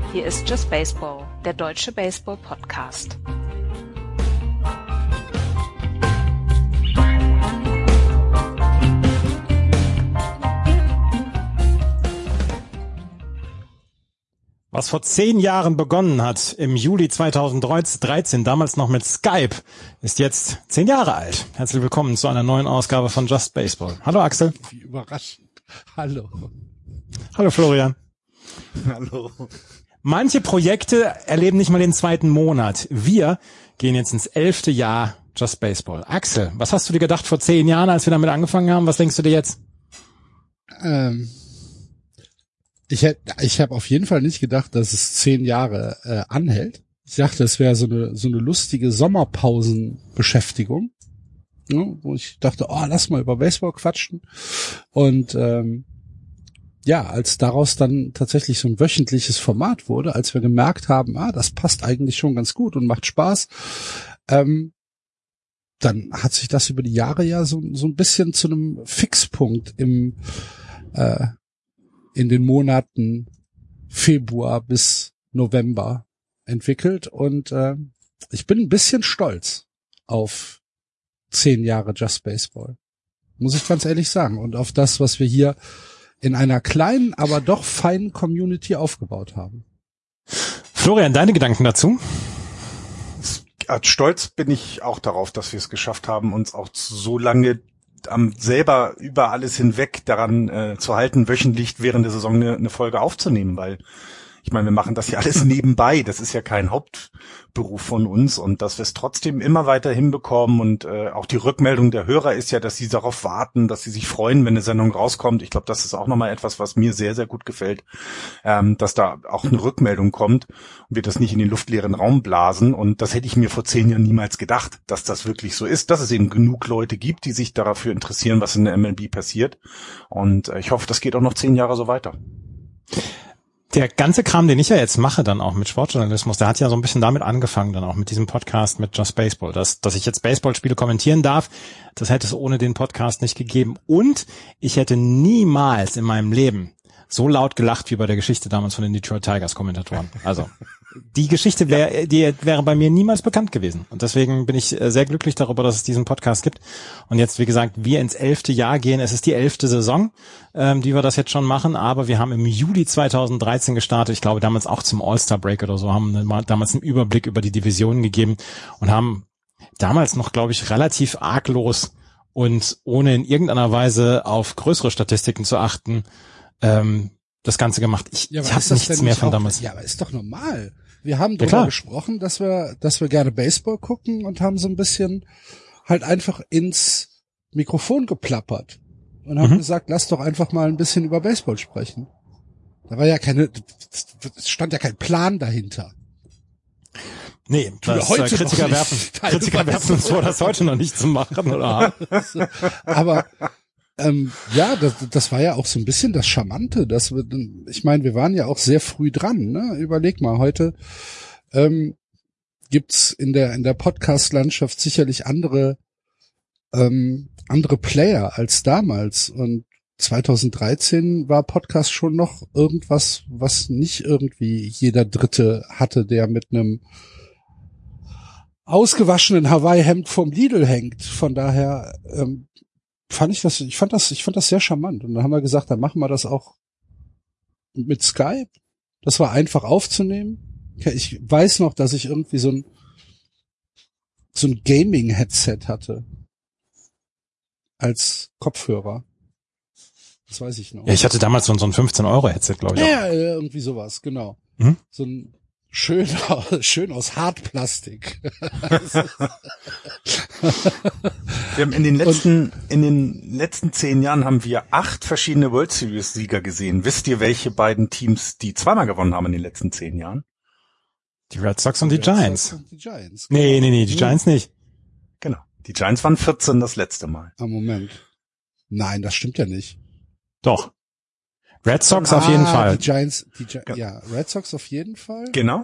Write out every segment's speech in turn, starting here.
Hier ist Just Baseball, der deutsche Baseball-Podcast. Was vor 10 Jahren begonnen hat, im Juli 2013, damals noch mit Skype, ist jetzt 10 Jahre alt. Herzlich willkommen zu einer neuen Ausgabe von Just Baseball. Hallo Axel. Wie überraschend. Hallo. Hallo Florian. Hallo. Manche Projekte erleben nicht mal den 2. Monat. Wir gehen jetzt ins 11. Jahr Just Baseball. Axel, was hast du dir gedacht vor 10 Jahren, als wir damit angefangen haben? Was denkst du dir jetzt? Ich habe auf jeden Fall nicht gedacht, dass es 10 Jahre anhält. Ich dachte, es wäre so eine lustige Sommerpausenbeschäftigung, ne, wo ich dachte, lass mal über Baseball quatschen. Und als daraus dann tatsächlich so ein wöchentliches Format wurde, als wir gemerkt haben, das passt eigentlich schon ganz gut und macht Spaß, dann hat sich das über die Jahre ja so ein bisschen zu einem Fixpunkt in den Monaten Februar bis November entwickelt. Und ich bin ein bisschen stolz auf 10 Jahre Just Baseball. Muss ich ganz ehrlich sagen. Und auf das, was wir hier in einer kleinen, aber doch feinen Community aufgebaut haben. Florian, deine Gedanken dazu? Stolz bin ich auch darauf, dass wir es geschafft haben, uns auch so lange selber über alles hinweg daran zu halten, wöchentlich während der Saison eine Folge aufzunehmen, weil ich meine, wir machen das ja alles nebenbei, das ist ja kein Hauptberuf von uns, und dass wir es trotzdem immer weiter hinbekommen, und auch die Rückmeldung der Hörer ist ja, dass sie darauf warten, dass sie sich freuen, wenn eine Sendung rauskommt. Ich glaube, das ist auch nochmal etwas, was mir sehr, sehr gut gefällt, dass da auch eine Rückmeldung kommt und wir das nicht in den luftleeren Raum blasen, und das hätte ich mir vor 10 Jahren niemals gedacht, dass das wirklich so ist, dass es eben genug Leute gibt, die sich dafür interessieren, was in der MLB passiert, und ich hoffe, das geht auch noch 10 Jahre so weiter. Der ganze Kram, den ich ja jetzt mache, dann auch mit Sportjournalismus, der hat ja so ein bisschen damit angefangen, dann auch mit diesem Podcast mit Just Baseball, dass ich jetzt Baseballspiele kommentieren darf. Das hätte es ohne den Podcast nicht gegeben. Und ich hätte niemals in meinem Leben so laut gelacht wie bei der Geschichte damals von den Detroit Tigers Kommentatoren. Also die Geschichte wäre bei mir niemals bekannt gewesen. Und deswegen bin ich sehr glücklich darüber, dass es diesen Podcast gibt. Und jetzt, wie gesagt, wir ins 11. Jahr gehen. Es ist die 11. Saison, die wir das jetzt schon machen. Aber wir haben im Juli 2013 gestartet. Ich glaube, damals auch zum All-Star-Break oder so, haben damals einen Überblick über die Divisionen gegeben und haben damals noch, glaube ich, relativ arglos und ohne in irgendeiner Weise auf größere Statistiken zu achten, das Ganze gemacht. Ich habe nichts mehr von damals. Ja, aber ist doch normal. Wir haben darüber gesprochen, dass wir gerne Baseball gucken, und haben so ein bisschen halt einfach ins Mikrofon geplappert und haben gesagt, lass doch einfach mal ein bisschen über Baseball sprechen. Da war ja es stand ja kein Plan dahinter. Nee, Kritiker werfen uns vor, das heute noch nicht zu machen, oder? Aber das war ja auch so ein bisschen das Charmante, ich meine, wir waren ja auch sehr früh dran, ne? Überleg mal, heute gibt's in der Podcast-Landschaft sicherlich andere Player als damals, und 2013 war Podcast schon noch irgendwas, was nicht irgendwie jeder Dritte hatte, der mit einem ausgewaschenen Hawaii-Hemd vom Lidl hängt. Von daher ich fand das sehr charmant. Und dann haben wir gesagt, dann machen wir das auch mit Skype. Das war einfach aufzunehmen. Ich weiß noch, dass ich irgendwie so ein Gaming-Headset hatte als Kopfhörer. Das weiß ich noch. Ja, ich hatte damals so ein 15-Euro-Headset, glaube ich. Ja, irgendwie sowas, genau. So ein schön aus Hartplastik. Wir haben in den letzten 10 Jahren haben wir 8 verschiedene World Series Sieger gesehen. Wisst ihr, welche beiden Teams die zweimal gewonnen haben in den letzten 10 Jahren? Die Red Sox und die Giants. Genau. Nee, die Giants nicht. Genau. Die Giants waren 14 das letzte Mal. Moment. Nein, das stimmt ja nicht. Doch. Red Sox auf jeden Fall. Die Giants, ja, Red Sox auf jeden Fall. Genau.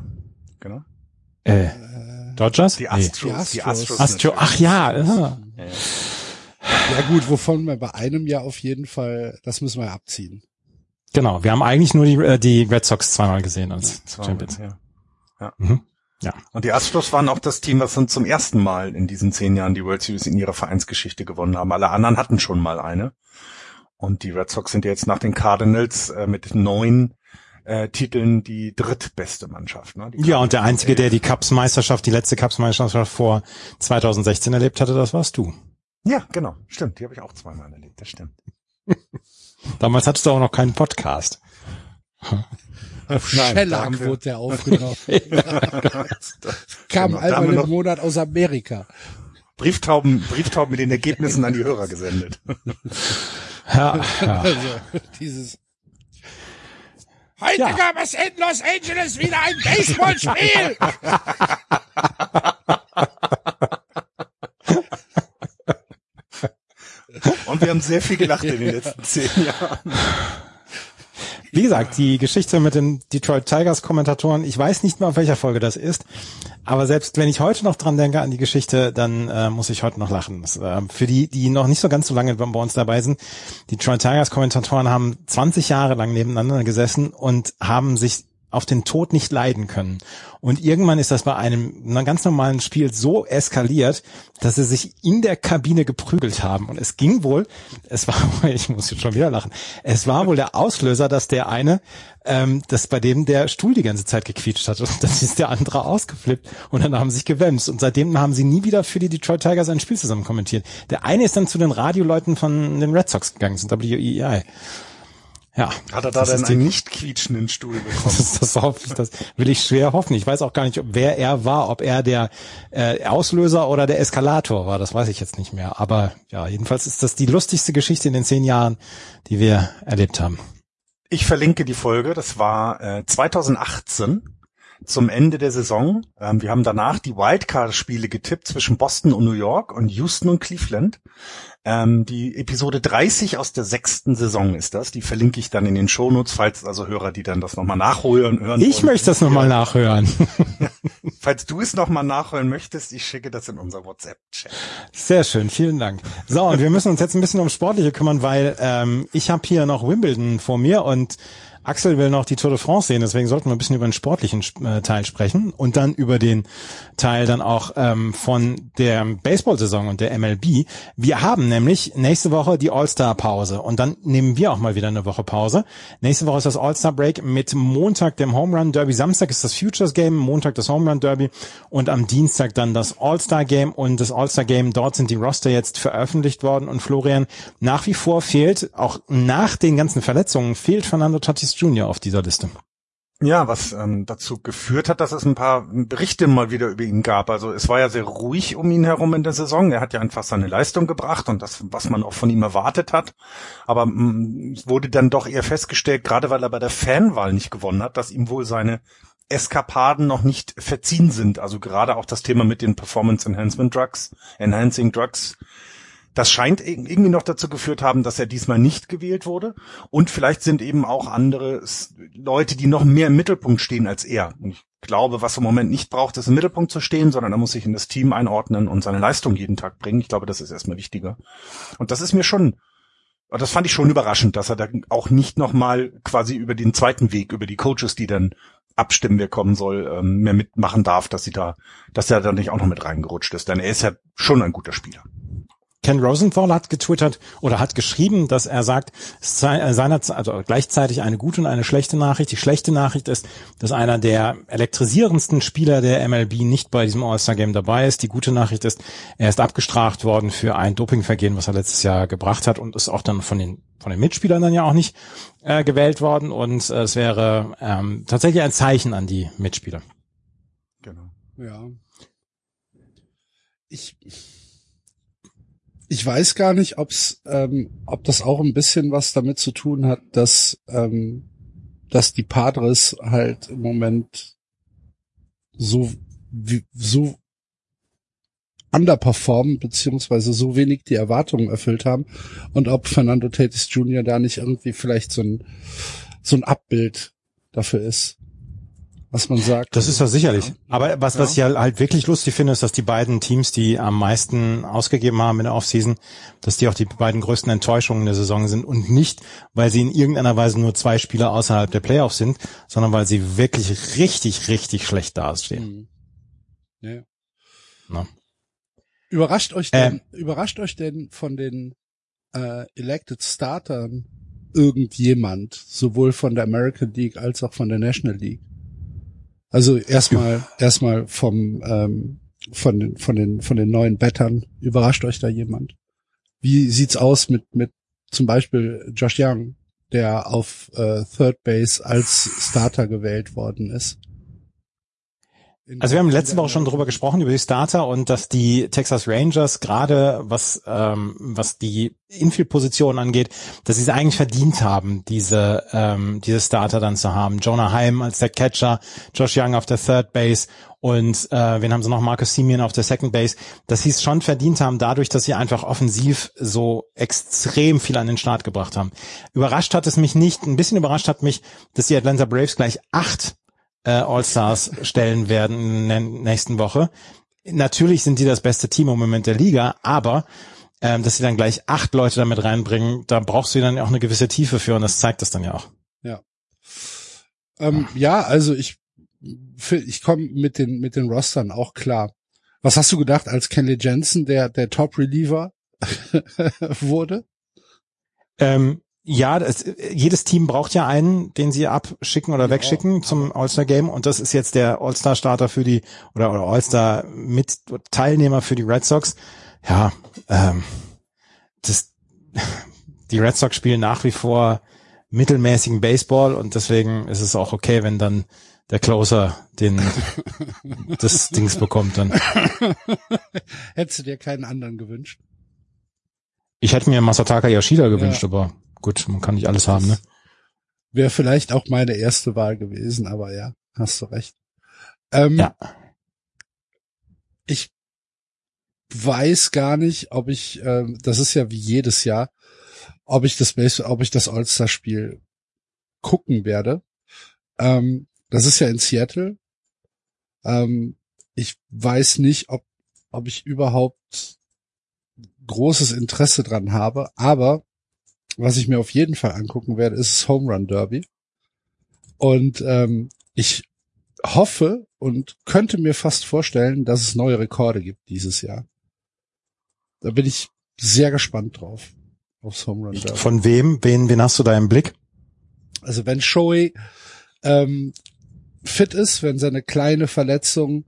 Dodgers? Die Astros. Die Astros. Ach ja. Ja gut, wovon wir bei einem Jahr auf jeden Fall, das müssen wir abziehen. Genau, wir haben eigentlich nur die Red Sox zweimal gesehen als Champions. Ja. Ja. Und die Astros waren auch das Team, was dann zum ersten Mal in diesen 10 Jahren die World Series in ihrer Vereinsgeschichte gewonnen haben. Alle anderen hatten schon mal eine. Und die Red Sox sind jetzt nach den Cardinals mit 9 Titeln die drittbeste Mannschaft. Ne? Ja, und der Einzige, der die letzte Cups-Meisterschaft vor 2016 erlebt hatte, das warst du. Ja, genau. Stimmt, die habe ich auch zweimal erlebt, das stimmt. Damals hattest du auch noch keinen Podcast. Auf Shellac wurde der aufgenommen. Kam einmal im Monat aus Amerika. Brieftauben mit den Ergebnissen an die Hörer gesendet. Ja. Also, dieses Heute gab es in Los Angeles wieder ein Baseballspiel. Und wir haben sehr viel gelacht in den letzten 10 Jahren. Wie gesagt, die Geschichte mit den Detroit Tigers Kommentatoren, ich weiß nicht mehr, auf welcher Folge das ist, aber selbst wenn ich heute noch dran denke an die Geschichte, dann muss ich heute noch lachen. Das, für die noch nicht so ganz so lange bei uns dabei sind, die Detroit Tigers Kommentatoren haben 20 Jahre lang nebeneinander gesessen und haben sich auf den Tod nicht leiden können. Und irgendwann ist das bei einem ganz normalen Spiel so eskaliert, dass sie sich in der Kabine geprügelt haben. Und es ging wohl, ich muss jetzt schon wieder lachen, es war wohl der Auslöser, dass der eine, dass bei dem der Stuhl die ganze Zeit gequietscht hat. Und dann ist der andere ausgeflippt und dann haben sie sich gewämst. Und seitdem haben sie nie wieder für die Detroit Tigers ein Spiel zusammen kommentiert. Der eine ist dann zu den Radioleuten von den Red Sox gegangen, zum WEEI. Ja. Hat er da denn einen nicht quietschenden Stuhl bekommen? Das will ich schwer hoffen. Ich weiß auch gar nicht, wer er war, ob er der Auslöser oder der Eskalator war. Das weiß ich jetzt nicht mehr. Aber ja, jedenfalls ist das die lustigste Geschichte in den 10 Jahren, die wir erlebt haben. Ich verlinke die Folge. Das war 2018 zum Ende der Saison. Wir haben danach die Wildcard-Spiele getippt zwischen Boston und New York und Houston und Cleveland. Die Episode 30 aus der 6. Saison ist das. Die verlinke ich dann in den Shownotes, falls also Hörer, die dann das nochmal nachholen hören. Ich möchte das nochmal nachhören. Falls du es nochmal nachhören möchtest, ich schicke das in unser WhatsApp-Chat. Sehr schön, vielen Dank. So, und wir müssen uns jetzt ein bisschen ums Sportliche kümmern, weil ich habe hier noch Wimbledon vor mir und Axel will noch die Tour de France sehen, deswegen sollten wir ein bisschen über den sportlichen Teil sprechen und dann über den Teil dann auch von der Baseball-Saison und der MLB. Wir haben nämlich nächste Woche die All-Star-Pause und dann nehmen wir auch mal wieder eine Woche Pause. Nächste Woche ist das All-Star-Break mit Montag dem Home-Run-Derby, Samstag ist das Futures-Game, Montag das Home-Run-Derby und am Dienstag dann das All-Star-Game und das All-Star-Game, dort sind die Roster jetzt veröffentlicht worden und Florian, nach wie vor fehlt, auch nach den ganzen Verletzungen, fehlt Fernando Tatis Jr. auf dieser Liste. Ja, was dazu geführt hat, dass es ein paar Berichte mal wieder über ihn gab. Also es war ja sehr ruhig um ihn herum in der Saison. Er hat ja einfach seine Leistung gebracht und das, was man auch von ihm erwartet hat. Aber es wurde dann doch eher festgestellt, gerade weil er bei der Fanwahl nicht gewonnen hat, dass ihm wohl seine Eskapaden noch nicht verziehen sind. Also gerade auch das Thema mit den Performance Enhancing Drugs. Das scheint irgendwie noch dazu geführt haben, dass er diesmal nicht gewählt wurde. Und vielleicht sind eben auch andere Leute, die noch mehr im Mittelpunkt stehen als er. Und ich glaube, was er im Moment nicht braucht, ist im Mittelpunkt zu stehen, sondern er muss sich in das Team einordnen und seine Leistung jeden Tag bringen. Ich glaube, das ist erstmal wichtiger. Und das fand ich schon überraschend, dass er da auch nicht nochmal quasi über den zweiten Weg, über die Coaches, die dann abstimmen, wer kommen soll, mehr mitmachen darf, dass er da nicht auch noch mit reingerutscht ist. Denn er ist ja schon ein guter Spieler. Ken Rosenthal hat getwittert oder hat geschrieben, dass er sagt, es sei also gleichzeitig eine gute und eine schlechte Nachricht. Die schlechte Nachricht ist, dass einer der elektrisierendsten Spieler der MLB nicht bei diesem All-Star-Game dabei ist. Die gute Nachricht ist, er ist abgestraft worden für ein Dopingvergehen, was er letztes Jahr gebracht hat und ist auch dann von den Mitspielern dann ja auch nicht gewählt worden. Und es wäre tatsächlich ein Zeichen an die Mitspieler. Genau. Ja. Ich weiß gar nicht, ob das auch ein bisschen was damit zu tun hat, dass die Padres halt im Moment so underperformen, beziehungsweise so wenig die Erwartungen erfüllt haben und ob Fernando Tatis Jr. da nicht irgendwie vielleicht so ein Abbild dafür ist. was man sagt. Das ist das sicherlich. Aber was ich halt wirklich lustig finde, ist, dass die beiden Teams, die am meisten ausgegeben haben in der Offseason, dass die auch die beiden größten Enttäuschungen der Saison sind und nicht, weil sie in irgendeiner Weise nur 2 Spieler außerhalb der Playoffs sind, sondern weil sie wirklich richtig, richtig schlecht dastehen. Ja. Na? Überrascht euch denn von den Elected Startern irgendjemand, sowohl von der American League als auch von der National League? Also erstmal von den neuen Bettern, überrascht euch da jemand? Wie sieht's aus mit zum Beispiel Josh Young, der auf Third Base als Starter gewählt worden ist? Also wir haben letzte Woche schon drüber gesprochen, über die Starter und dass die Texas Rangers gerade, was die Infield-Position angeht, dass sie es eigentlich verdient haben, diese Starter dann zu haben. Jonah Heim als der Catcher, Josh Young auf der Third Base und wen haben sie noch? Marcus Semien auf der Second Base, dass sie es schon verdient haben, dadurch, dass sie einfach offensiv so extrem viel an den Start gebracht haben. Überrascht hat es mich nicht, ein bisschen überrascht hat mich, dass die Atlanta Braves gleich 8 All-Stars stellen werden in der nächsten Woche. Natürlich sind die das beste Team im Moment der Liga, aber dass sie dann gleich 8 Leute damit reinbringen, da brauchst du dann auch eine gewisse Tiefe für und das zeigt das dann ja auch. Ja. Ja, also ich komme mit den Rostern auch klar. Was hast du gedacht, als Kenley Jensen der Top-Reliever wurde? Ja, jedes Team braucht ja einen, den sie abschicken oder wegschicken zum All-Star-Game und das ist jetzt der All-Star-Starter für die oder All-Star-Teilnehmer für die Red Sox. Ja, die Red Sox spielen nach wie vor mittelmäßigen Baseball und deswegen ist es auch okay, wenn dann der Closer das Dings bekommt dann. Hättest du dir keinen anderen gewünscht? Ich hätte mir Masataka Yoshida gewünscht, aber gut, man kann nicht alles haben, ne? Wäre vielleicht auch meine erste Wahl gewesen, aber ja, hast du recht. Ich weiß gar nicht, ob ich, das ist ja wie jedes Jahr, ob ich das All-Star-Spiel gucken werde. Das ist ja in Seattle. Ich weiß nicht, ob ich überhaupt großes Interesse dran habe, aber was ich mir auf jeden Fall angucken werde, ist das Home Run Derby. Und ich hoffe und könnte mir fast vorstellen, dass es neue Rekorde gibt dieses Jahr. Da bin ich sehr gespannt drauf, aufs Home Run Derby. Von wem? Wen hast du da im Blick? Also wenn Shohei fit ist, wenn seine kleine Verletzung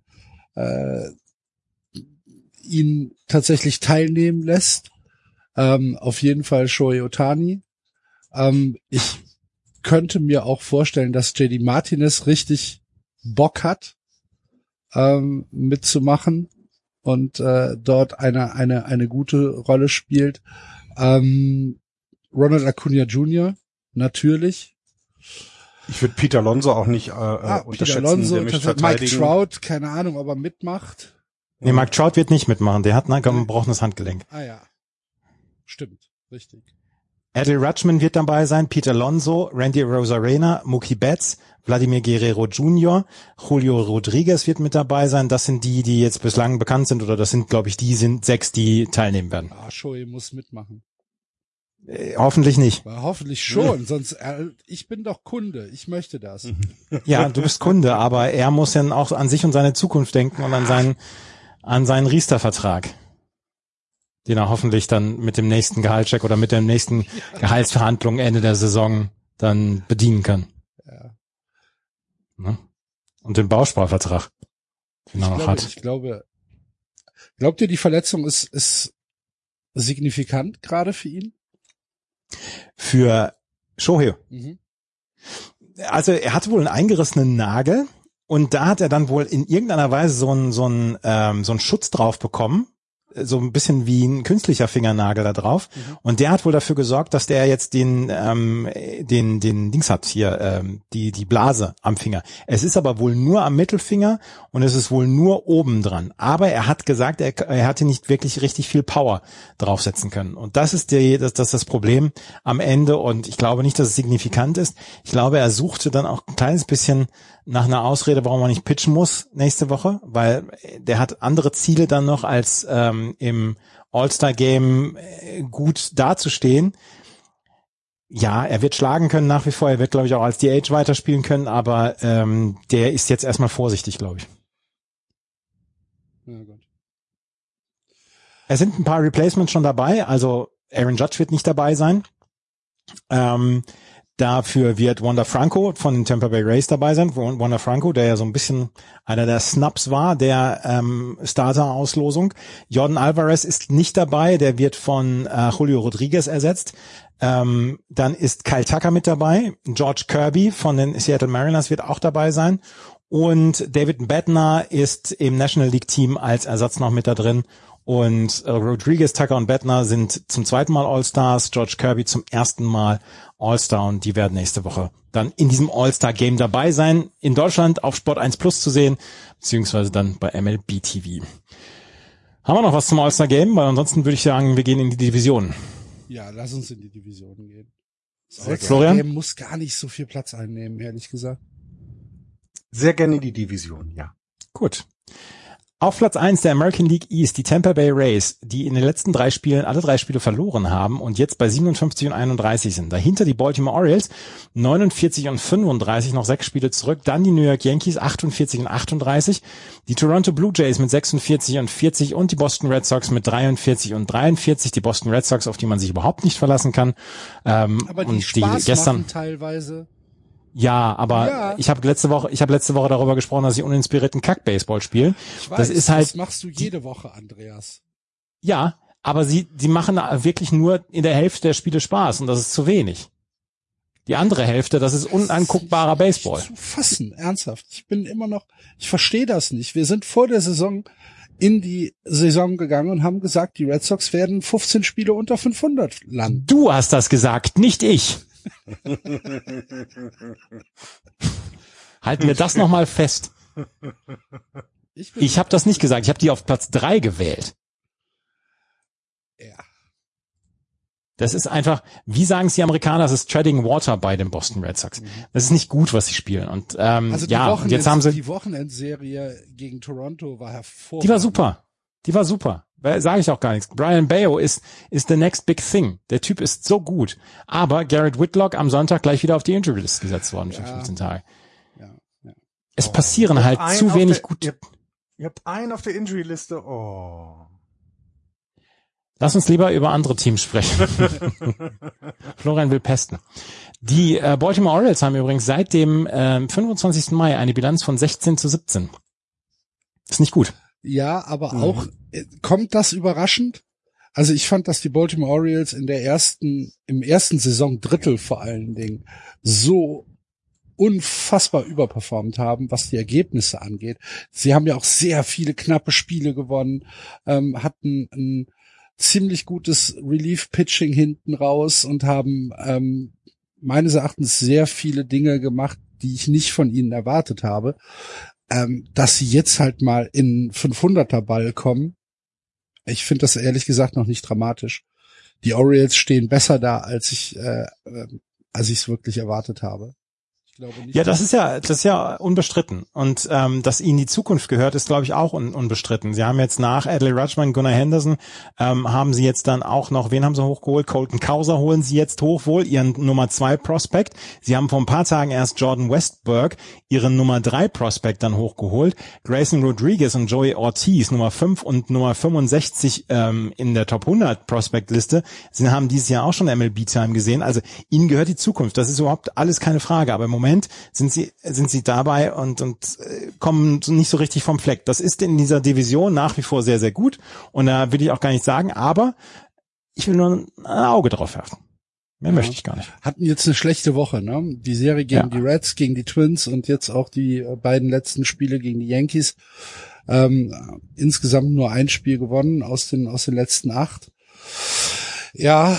ihn tatsächlich teilnehmen lässt, auf jeden Fall Shohei Ohtani. Ich könnte mir auch vorstellen, dass JD Martinez richtig Bock hat, mitzumachen und dort eine gute Rolle spielt. Ronald Acuna Jr. natürlich. Ich würde Peter Alonso auch nicht unterschätzen. Peter Alonso, Mike Trout, keine Ahnung, ob er mitmacht. Nee, Mike Trout wird nicht mitmachen. Der hat ein gebrochenes Handgelenk. Ah ja. Stimmt, richtig. Adley Rutschman wird dabei sein, Peter Alonso, Randy Arozarena, Mookie Betts, Vladimir Guerrero Jr., Julio Rodriguez wird mit dabei sein. Das sind die jetzt bislang bekannt sind, oder das sind, glaube ich, 6, die teilnehmen werden. Shohei muss mitmachen. Hoffentlich nicht. Hoffentlich schon, sonst ich bin doch Kunde, ich möchte das. Ja, du bist Kunde, aber er muss dann auch an sich und seine Zukunft denken und an seinen Riester-Vertrag, den er hoffentlich dann mit dem nächsten Gehaltscheck oder mit der nächsten Gehaltsverhandlung Ende der Saison dann bedienen kann. Ja. Ne? Und den Bausparvertrag, den er noch hat. Glaubt ihr, die Verletzung ist signifikant gerade für ihn? Für Shohei. Mhm. Also er hatte wohl einen eingerissenen Nagel und da hat er dann wohl in irgendeiner Weise so einen Schutz drauf bekommen, so ein bisschen wie ein künstlicher Fingernagel da drauf. Und der hat wohl dafür gesorgt, dass der jetzt den Dings hat hier, die Blase am Finger. Es ist aber wohl nur am Mittelfinger und es ist wohl nur oben dran. Aber er hat gesagt, er hatte nicht wirklich richtig viel Power draufsetzen können. Und das ist das Problem am Ende. Und ich glaube nicht, dass es signifikant ist. Ich glaube, er suchte dann auch ein kleines bisschen nach einer Ausrede, warum man nicht pitchen muss nächste Woche, weil der hat andere Ziele dann noch, als im All-Star-Game gut dazustehen. Ja, er wird schlagen können nach wie vor, er wird, glaube ich, auch als DH weiterspielen können, aber der ist jetzt erstmal vorsichtig, glaube ich. Ja, gut. Es sind ein paar Replacements schon dabei, also Aaron Judge wird nicht dabei sein. Dafür wird Wander Franco von den Tampa Bay Rays dabei sein. Wander Franco, der ja so ein bisschen einer der Snubs war, der Starter-Auslosung. Jordan Alvarez ist nicht dabei, der wird von Julio Rodriguez ersetzt. Dann ist Kyle Tucker mit dabei. George Kirby von den Seattle Mariners wird auch dabei sein. Und David Bednar ist im National League Team als Ersatz noch mit da drin. Und Rodriguez, Tucker und Bednar sind zum zweiten Mal All-Stars, George Kirby zum ersten Mal All-Star und die werden nächste Woche dann in diesem All-Star-Game dabei sein, in Deutschland auf Sport 1 Plus zu sehen, beziehungsweise dann bei MLB TV. Haben wir noch was zum All-Star-Game? Weil ansonsten würde ich sagen, wir gehen in die Division. Ja, lass uns in die Division gehen. Das Florian? muss gar nicht so viel Platz einnehmen, ehrlich gesagt. Sehr gerne die Division, ja. Gut. Auf Platz 1 der American League East die Tampa Bay Rays, die in den letzten 3 Spielen alle 3 Spiele verloren haben und jetzt bei 57 und 31 sind. Dahinter die Baltimore Orioles 49 und 35, noch 6 Spiele zurück. Dann die New York Yankees 48 und 38, die Toronto Blue Jays mit 46 und 40 und die Boston Red Sox mit 43 und 43. Die Boston Red Sox, auf die man sich überhaupt nicht verlassen kann. Aber die und Spaß gestern machen teilweise. Ja, aber ja. Ich habe letzte Woche darüber gesprochen, dass sie uninspirierten Kack-Baseball spielen. Ich weiß, das ist halt, das machst du jede Woche, Andreas. Ja, aber sie machen wirklich nur in der Hälfte der Spiele Spaß und das ist zu wenig. Die andere Hälfte, das ist unanguckbarer Baseball. Zu fassen, ernsthaft. Ich verstehe das nicht. Wir sind vor der Saison in die Saison gegangen und haben gesagt, die Red Sox werden 15 Spiele unter 500 landen. Du hast das gesagt, nicht ich. Halten wir das nochmal fest. Ich habe das nicht gesagt, ich habe die auf Platz 3 gewählt. Ja. Das ist einfach, wie sagen es die Amerikaner, das ist treading water bei den Boston Red Sox. Das ist nicht gut, was sie spielen. Und also und jetzt haben sie die Wochenendserie gegen Toronto war hervorragend. Die war super. Sage ich auch gar nichts. Brian Bayo ist the next big thing. Der Typ ist so gut. Aber Garrett Whitlock am Sonntag gleich wieder auf die Injury List gesetzt worden für 15 Tage. Ja. Es passieren halt zu wenig gut. Ihr habt einen auf der Injury Liste. Oh. Lass uns lieber über andere Teams sprechen. Florian will pesten. Die Baltimore Orioles haben übrigens seit dem 25. Mai eine Bilanz von 16-17. Ist nicht gut. Ja, aber auch, kommt das überraschend? Also ich fand, dass die Baltimore Orioles im ersten Saisondrittel vor allen Dingen so unfassbar überperformt haben, was die Ergebnisse angeht. Sie haben ja auch sehr viele knappe Spiele gewonnen, hatten ein ziemlich gutes Relief-Pitching hinten raus und haben meines Erachtens sehr viele Dinge gemacht, die ich nicht von ihnen erwartet habe. Dass sie jetzt halt mal in 500er Ball kommen, ich finde das ehrlich gesagt noch nicht dramatisch. Die Orioles stehen besser da, als ich es wirklich erwartet habe. Ja, das ist ja unbestritten. Und dass ihnen die Zukunft gehört, ist, glaube ich, auch unbestritten. Sie haben jetzt nach Adley Rutschman, Gunnar Henderson, haben sie jetzt dann auch noch, wen haben sie hochgeholt? Colton Cowser holen sie jetzt hoch, wohl ihren Nummer 2 Prospect. Sie haben vor ein paar Tagen erst Jordan Westburg, ihren Nummer 3 Prospect, dann hochgeholt. Grayson Rodriguez und Joey Ortiz, Nummer 5 und Nummer 65 in der Top 100 Prospect-Liste. Sie haben dieses Jahr auch schon MLB-Time gesehen. Also ihnen gehört die Zukunft. Das ist überhaupt alles keine Frage. Aber im Moment sind sie dabei und kommen nicht so richtig vom Fleck. Das ist in dieser Division nach wie vor sehr, sehr gut und da will ich auch gar nicht sagen, aber ich will nur ein Auge drauf werfen. Mehr möchte ich gar nicht. Hatten jetzt eine schlechte Woche, ne? Die Serie gegen die Reds, gegen die Twins und jetzt auch die beiden letzten Spiele gegen die Yankees. Insgesamt nur ein Spiel gewonnen aus den letzten 8. Ja,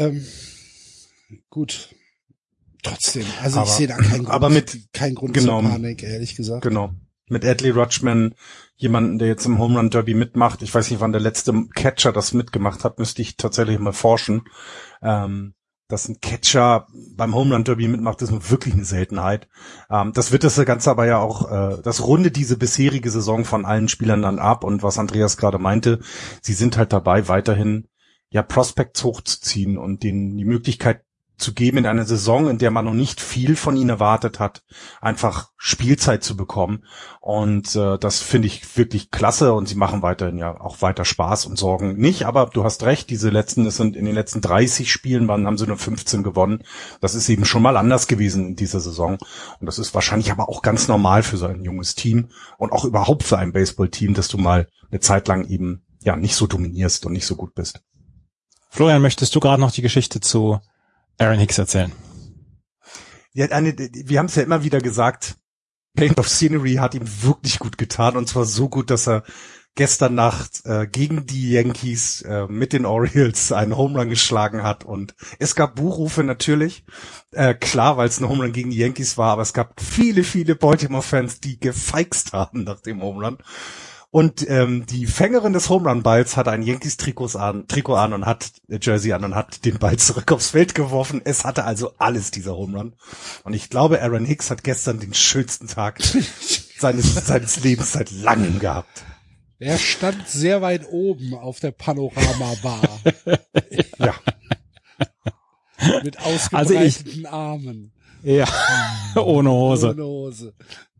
gut. Trotzdem, also ich sehe da keinen Grund zur Panik, ehrlich gesagt. Genau. Mit Adley Rutschman, jemanden, der jetzt im Home Run Derby mitmacht. Ich weiß nicht, wann der letzte Catcher das mitgemacht hat, müsste ich tatsächlich mal forschen. Dass ein Catcher beim Home Run Derby mitmacht, ist nun wirklich eine Seltenheit. Das wird das Ganze aber ja auch, das rundet diese bisherige Saison von allen Spielern dann ab. Und was Andreas gerade meinte, sie sind halt dabei, weiterhin ja Prospects hochzuziehen und denen die Möglichkeit zu geben, in einer Saison, in der man noch nicht viel von ihnen erwartet hat, einfach Spielzeit zu bekommen. Und das finde ich wirklich klasse, und sie machen weiterhin ja auch weiter Spaß und sorgen nicht. Aber du hast recht, es sind in den letzten 30 Spielen haben sie nur 15 gewonnen. Das ist eben schon mal anders gewesen in dieser Saison. Und das ist wahrscheinlich aber auch ganz normal für so ein junges Team und auch überhaupt für ein Baseballteam, dass du mal eine Zeit lang eben ja nicht so dominierst und nicht so gut bist. Florian, möchtest du gerade noch die Geschichte zu Aaron Hicks erzählen? Ja, wir haben es ja immer wieder gesagt, Change of Scenery hat ihm wirklich gut getan, und zwar so gut, dass er gestern Nacht gegen die Yankees mit den Orioles einen Home Run geschlagen hat, und es gab Buhrufe natürlich, klar, weil es ein Home Run gegen die Yankees war, aber es gab viele, viele Baltimore-Fans, die gefeixt haben nach dem Home Run. Und die Fängerin des Home Run Balls hatte ein Yankees-Trikot an und hat Jersey an und hat den Ball zurück aufs Feld geworfen. Es hatte also alles, dieser Home Run. Und ich glaube, Aaron Hicks hat gestern den schönsten Tag seines Lebens seit langem gehabt. Er stand sehr weit oben auf der Panorama-Bar. Ja. Mit ausgebreiteten Armen. Ja, ohne Hose. Ohne Hose.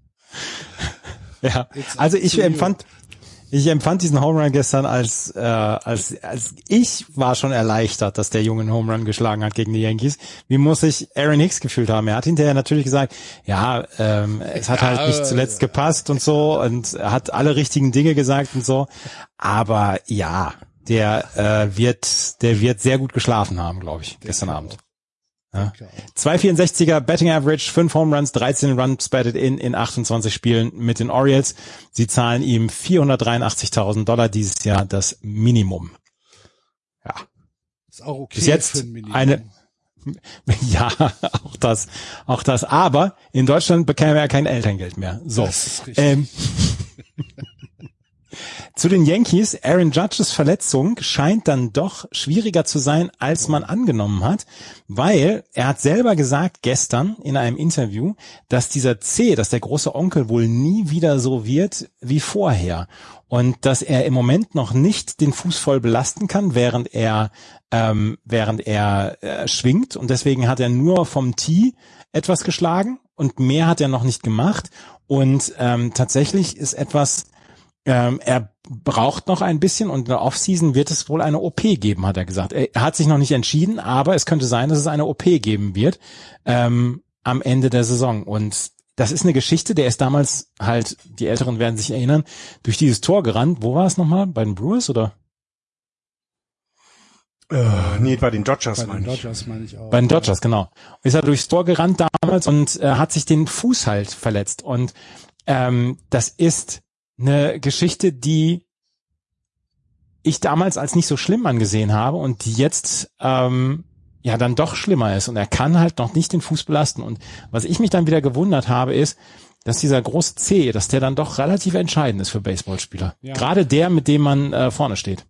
Ja, also ich empfand diesen Home Run gestern als ich war schon erleichtert, dass der Junge einen Home Run geschlagen hat gegen die Yankees. Wie muss sich Aaron Hicks gefühlt haben? Er hat hinterher natürlich gesagt, ja, es hat halt nicht zuletzt gepasst und so, und er hat alle richtigen Dinge gesagt und so. Aber ja, der wird sehr gut geschlafen haben, glaube ich, gestern Abend. Ja. 2,64er Betting Average, 5 Home Runs, 13 Runs batted in 28 Spielen mit den Orioles. Sie zahlen ihm $483.000 dieses Jahr, das Minimum. Ja. Ist auch okay. Bis jetzt für ein Minimum. Ja, auch das. Aber in Deutschland bekäme er kein Elterngeld mehr. So. Das ist richtig. Zu den Yankees, Aaron Judges Verletzung scheint dann doch schwieriger zu sein, als man angenommen hat, weil er hat selber gesagt gestern in einem Interview, dass dieser dass der große Onkel wohl nie wieder so wird wie vorher, und dass er im Moment noch nicht den Fuß voll belasten kann, während er schwingt, und deswegen hat er nur vom Tee etwas geschlagen und mehr hat er noch nicht gemacht, und tatsächlich ist er braucht noch ein bisschen, und in der Offseason wird es wohl eine OP geben, hat er gesagt. Er hat sich noch nicht entschieden, aber es könnte sein, dass es eine OP geben wird am Ende der Saison. Und das ist eine Geschichte, der ist damals halt, die Älteren werden sich erinnern, durch dieses Tor gerannt. Wo war es nochmal? Bei den Brewers oder? Nee, bei den Dodgers meine ich auch. Bei den Dodgers, genau. Ist er durchs Tor gerannt damals und hat sich den Fuß halt verletzt. Und das ist eine Geschichte, die ich damals als nicht so schlimm angesehen habe und die jetzt dann doch schlimmer ist, und er kann halt noch nicht den Fuß belasten. Und was ich mich dann wieder gewundert habe, ist, dass dieser große C, dass der dann doch relativ entscheidend ist für Baseballspieler. Ja. Gerade der, mit dem man vorne steht.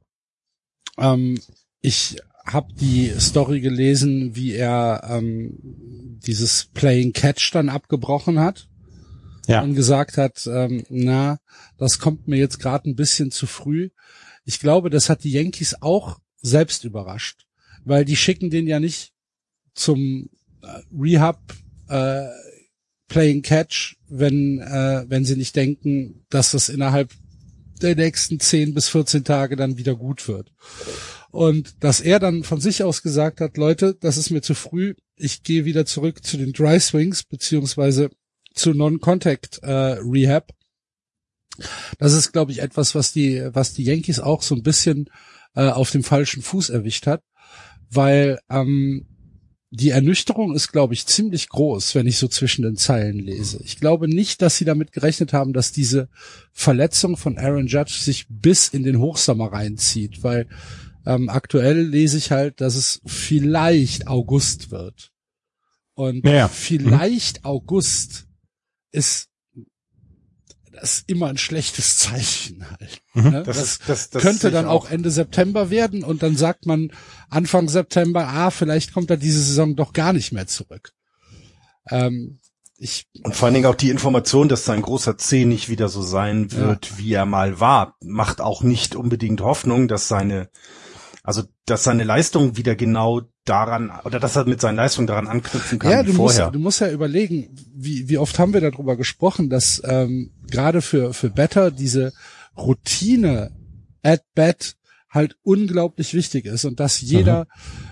Ich habe die Story gelesen, wie er dieses Playing Catch dann abgebrochen hat. Ja. Und gesagt hat, das kommt mir jetzt gerade ein bisschen zu früh. Ich glaube, das hat die Yankees auch selbst überrascht, weil die schicken den ja nicht zum Rehab Playing Catch, wenn sie nicht denken, dass das innerhalb der nächsten 10 bis 14 Tage dann wieder gut wird. Und dass er dann von sich aus gesagt hat, Leute, das ist mir zu früh, ich gehe wieder zurück zu den Dry Swings, beziehungsweise zu Non-Contact Rehab. Das ist, glaube ich, etwas, was die Yankees auch so ein bisschen auf dem falschen Fuß erwischt hat, weil die Ernüchterung ist, glaube ich, ziemlich groß, wenn ich so zwischen den Zeilen lese. Ich glaube nicht, dass sie damit gerechnet haben, dass diese Verletzung von Aaron Judge sich bis in den Hochsommer reinzieht, weil aktuell lese ich halt, dass es vielleicht August wird. Und vielleicht August ist das immer ein schlechtes Zeichen halt. Ne? Das könnte dann auch Ende September werden und dann sagt man Anfang September, vielleicht kommt er diese Saison doch gar nicht mehr zurück. Und vor allen Dingen auch die Information, dass sein großer C nicht wieder so sein wird, wie er mal war, macht auch nicht unbedingt Hoffnung, dass seine Leistung wieder genau daran, oder dass er mit seinen Leistungen daran anknüpfen kann wie vorher. Du musst ja überlegen, wie oft haben wir darüber gesprochen, dass gerade für Better diese Routine at bat halt unglaublich wichtig ist und dass jeder,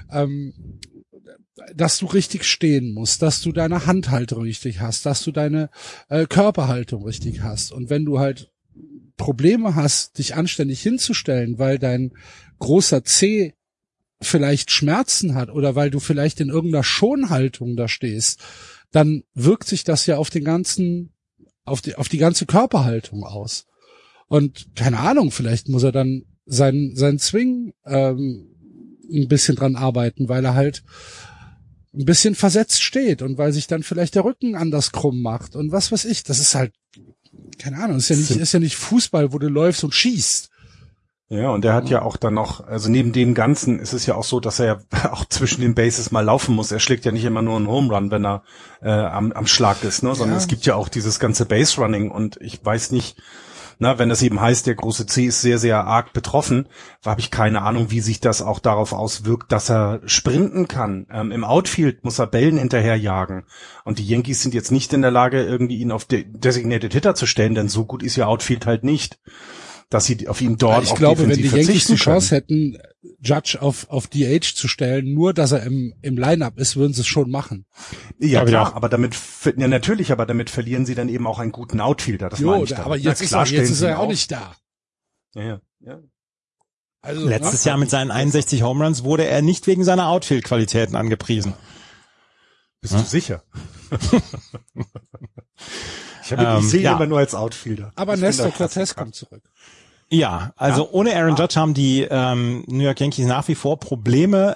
dass du richtig stehen musst, dass du deine Handhaltung richtig hast, dass du deine Körperhaltung richtig hast. Und wenn du halt Probleme hast, dich anständig hinzustellen, weil dein großer C vielleicht Schmerzen hat oder weil du vielleicht in irgendeiner Schonhaltung da stehst, dann wirkt sich das ja auf die ganze Körperhaltung aus. Und keine Ahnung, vielleicht muss er dann sein Swing ein bisschen dran arbeiten, weil er halt ein bisschen versetzt steht und weil sich dann vielleicht der Rücken anders krumm macht und was weiß ich. Das ist halt, keine Ahnung, ist ja nicht Fußball, wo du läufst und schießt. Ja, und er hat ja auch dann noch, also neben dem Ganzen ist es ja auch so, dass er ja auch zwischen den Bases mal laufen muss. Er schlägt ja nicht immer nur einen Home Run, wenn er am Schlag ist, ne? Sondern es gibt ja auch dieses ganze Base Running und ich weiß nicht, wenn es eben heißt, der große C ist sehr, sehr arg betroffen, habe ich keine Ahnung, wie sich das auch darauf auswirkt, dass er sprinten kann. Im Outfield muss er Bällen hinterherjagen. Und die Yankees sind jetzt nicht in der Lage, irgendwie ihn auf Designated Hitter zu stellen, denn so gut ist ihr Outfield halt nicht, dass sie auf ihn dort ich glaube, wenn die Yankees die Chance hätten, Judge auf DH zu stellen, nur dass er im Line-Up ist, würden sie es schon machen. Ja, klar, aber damit verlieren sie dann eben auch einen guten Outfielder. Das meine ich aber jetzt ist er ja auch nicht da. Ja. Also, letztes Jahr mit seinen 61 Home Runs wurde er nicht wegen seiner Outfield-Qualitäten angepriesen. Bist du sicher? Ich sehe ihn immer nur als Outfielder. Aber Nestor Cortez kommt zurück. Ja, also ohne Aaron Judge haben die New York Yankees nach wie vor Probleme,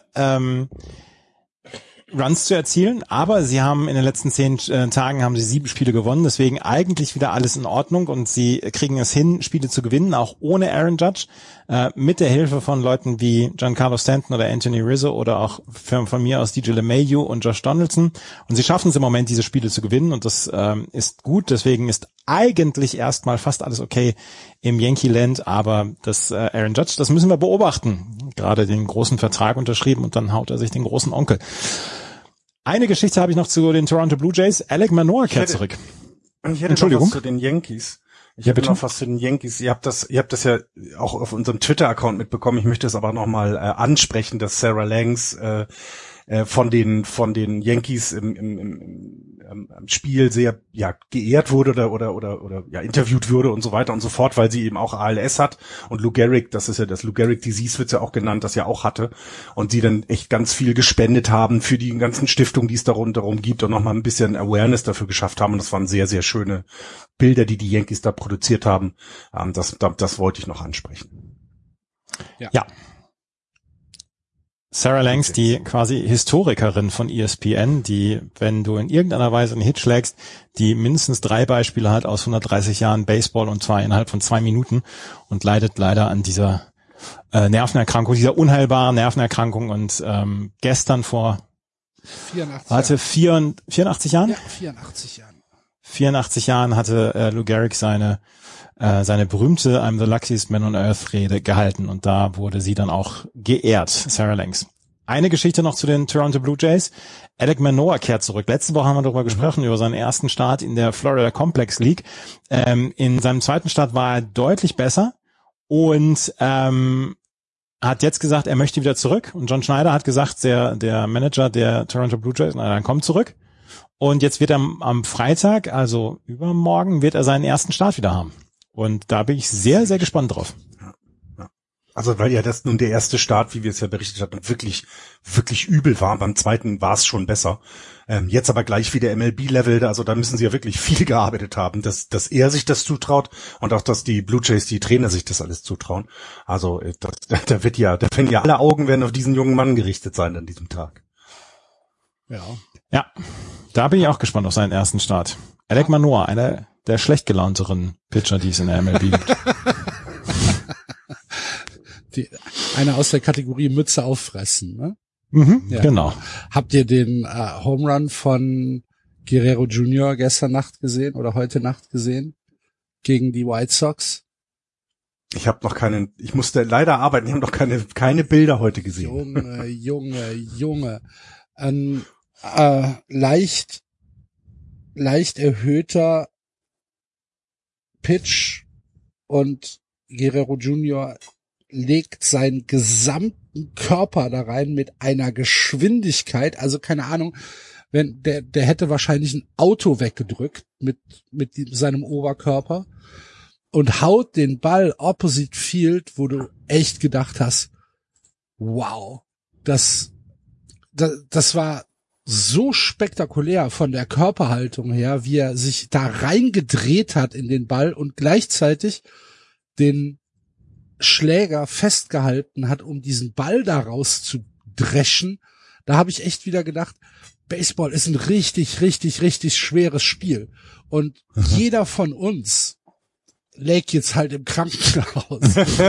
Runs zu erzielen, aber sie haben in den letzten 10 Tagen haben sie 7 Spiele gewonnen, deswegen eigentlich wieder alles in Ordnung und sie kriegen es hin, Spiele zu gewinnen, auch ohne Aaron Judge, mit der Hilfe von Leuten wie Giancarlo Stanton oder Anthony Rizzo oder auch von mir aus DJ LeMahieu und Josh Donaldson und sie schaffen es im Moment, diese Spiele zu gewinnen und das ist gut, deswegen ist eigentlich erstmal fast alles okay im Yankee Land, aber das Aaron Judge, das müssen wir beobachten, gerade den großen Vertrag unterschrieben und dann haut er sich den großen Onkel. Eine Geschichte habe ich noch zu den Toronto Blue Jays. Alek Manoah kehrt zurück. Ich hätte noch was zu den Yankees. Ich habe noch was zu den Yankees. Ihr habt das ja auch auf unserem Twitter-Account mitbekommen. Ich möchte es aber noch mal ansprechen, dass Sarah Langs von den Yankees im Spiel sehr geehrt wurde oder interviewt wurde und so weiter und so fort, weil sie eben auch ALS hat und Lou Gehrig, das ist ja das Lou Gehrig Disease, wird's ja auch genannt, das ja auch hatte und sie dann echt ganz viel gespendet haben für die ganzen Stiftungen, die es darum gibt und nochmal ein bisschen Awareness dafür geschafft haben und das waren sehr, sehr schöne Bilder, die Yankees da produziert haben. Das wollte ich noch ansprechen. Ja. Sarah Langs, die quasi Historikerin von ESPN, die, wenn du in irgendeiner Weise einen Hit schlägst, die mindestens 3 Beispiele hat aus 130 Jahren Baseball und zwar innerhalb von 2 Minuten und leidet leider an dieser Nervenerkrankung, dieser unheilbaren Nervenerkrankung und gestern vor 84 Jahren? Ja, 84 Jahren. 84 Jahren hatte Lou Gehrig seine berühmte I'm the luckiest man on earth Rede gehalten und da wurde sie dann auch geehrt, Sarah Langs. Eine Geschichte noch zu den Toronto Blue Jays. Alek Manoah kehrt zurück. Letzte Woche haben wir darüber gesprochen, über seinen ersten Start in der Florida Complex League. In seinem zweiten Start war er deutlich besser und hat jetzt gesagt, er möchte wieder zurück und John Schneider hat gesagt, der Manager der Toronto Blue Jays, dann kommt zurück und jetzt wird er am Freitag, also übermorgen, wird er seinen ersten Start wieder haben. Und da bin ich sehr, sehr gespannt drauf. Ja. Also weil ja das nun der erste Start, wie wir es ja berichtet hatten, wirklich, wirklich übel war. Beim zweiten war es schon besser. Jetzt aber gleich wieder MLB-Level, also da müssen sie ja wirklich viel gearbeitet haben, dass er sich das zutraut und auch, dass die Blue Jays, die Trainer sich das alles zutrauen. Also da werden ja alle Augen werden auf diesen jungen Mann gerichtet sein an diesem Tag. Ja, da bin ich auch gespannt auf seinen ersten Start. Alek Manoah, einer der schlecht gelaunteren Pitcher, die es in der MLB gibt. Einer aus der Kategorie Mütze auffressen, ne? Ja. Genau. Habt ihr den Home Run von Guerrero Jr. gestern Nacht gesehen oder heute Nacht gesehen? Gegen die White Sox? Ich musste leider arbeiten, ich habe noch keine Bilder heute gesehen. Junge. Ein leicht erhöhter Pitch und Guerrero Jr. legt seinen gesamten Körper da rein mit einer Geschwindigkeit, also keine Ahnung, wenn der hätte wahrscheinlich ein Auto weggedrückt mit seinem Oberkörper und haut den Ball opposite field, wo du echt gedacht hast, wow, das war so spektakulär von der Körperhaltung her, wie er sich da reingedreht hat in den Ball und gleichzeitig den Schläger festgehalten hat, um diesen Ball da raus zu dreschen. Da habe ich echt wieder gedacht, Baseball ist ein richtig, richtig, richtig schweres Spiel. Und jeder von uns lägt jetzt halt im Krankenhaus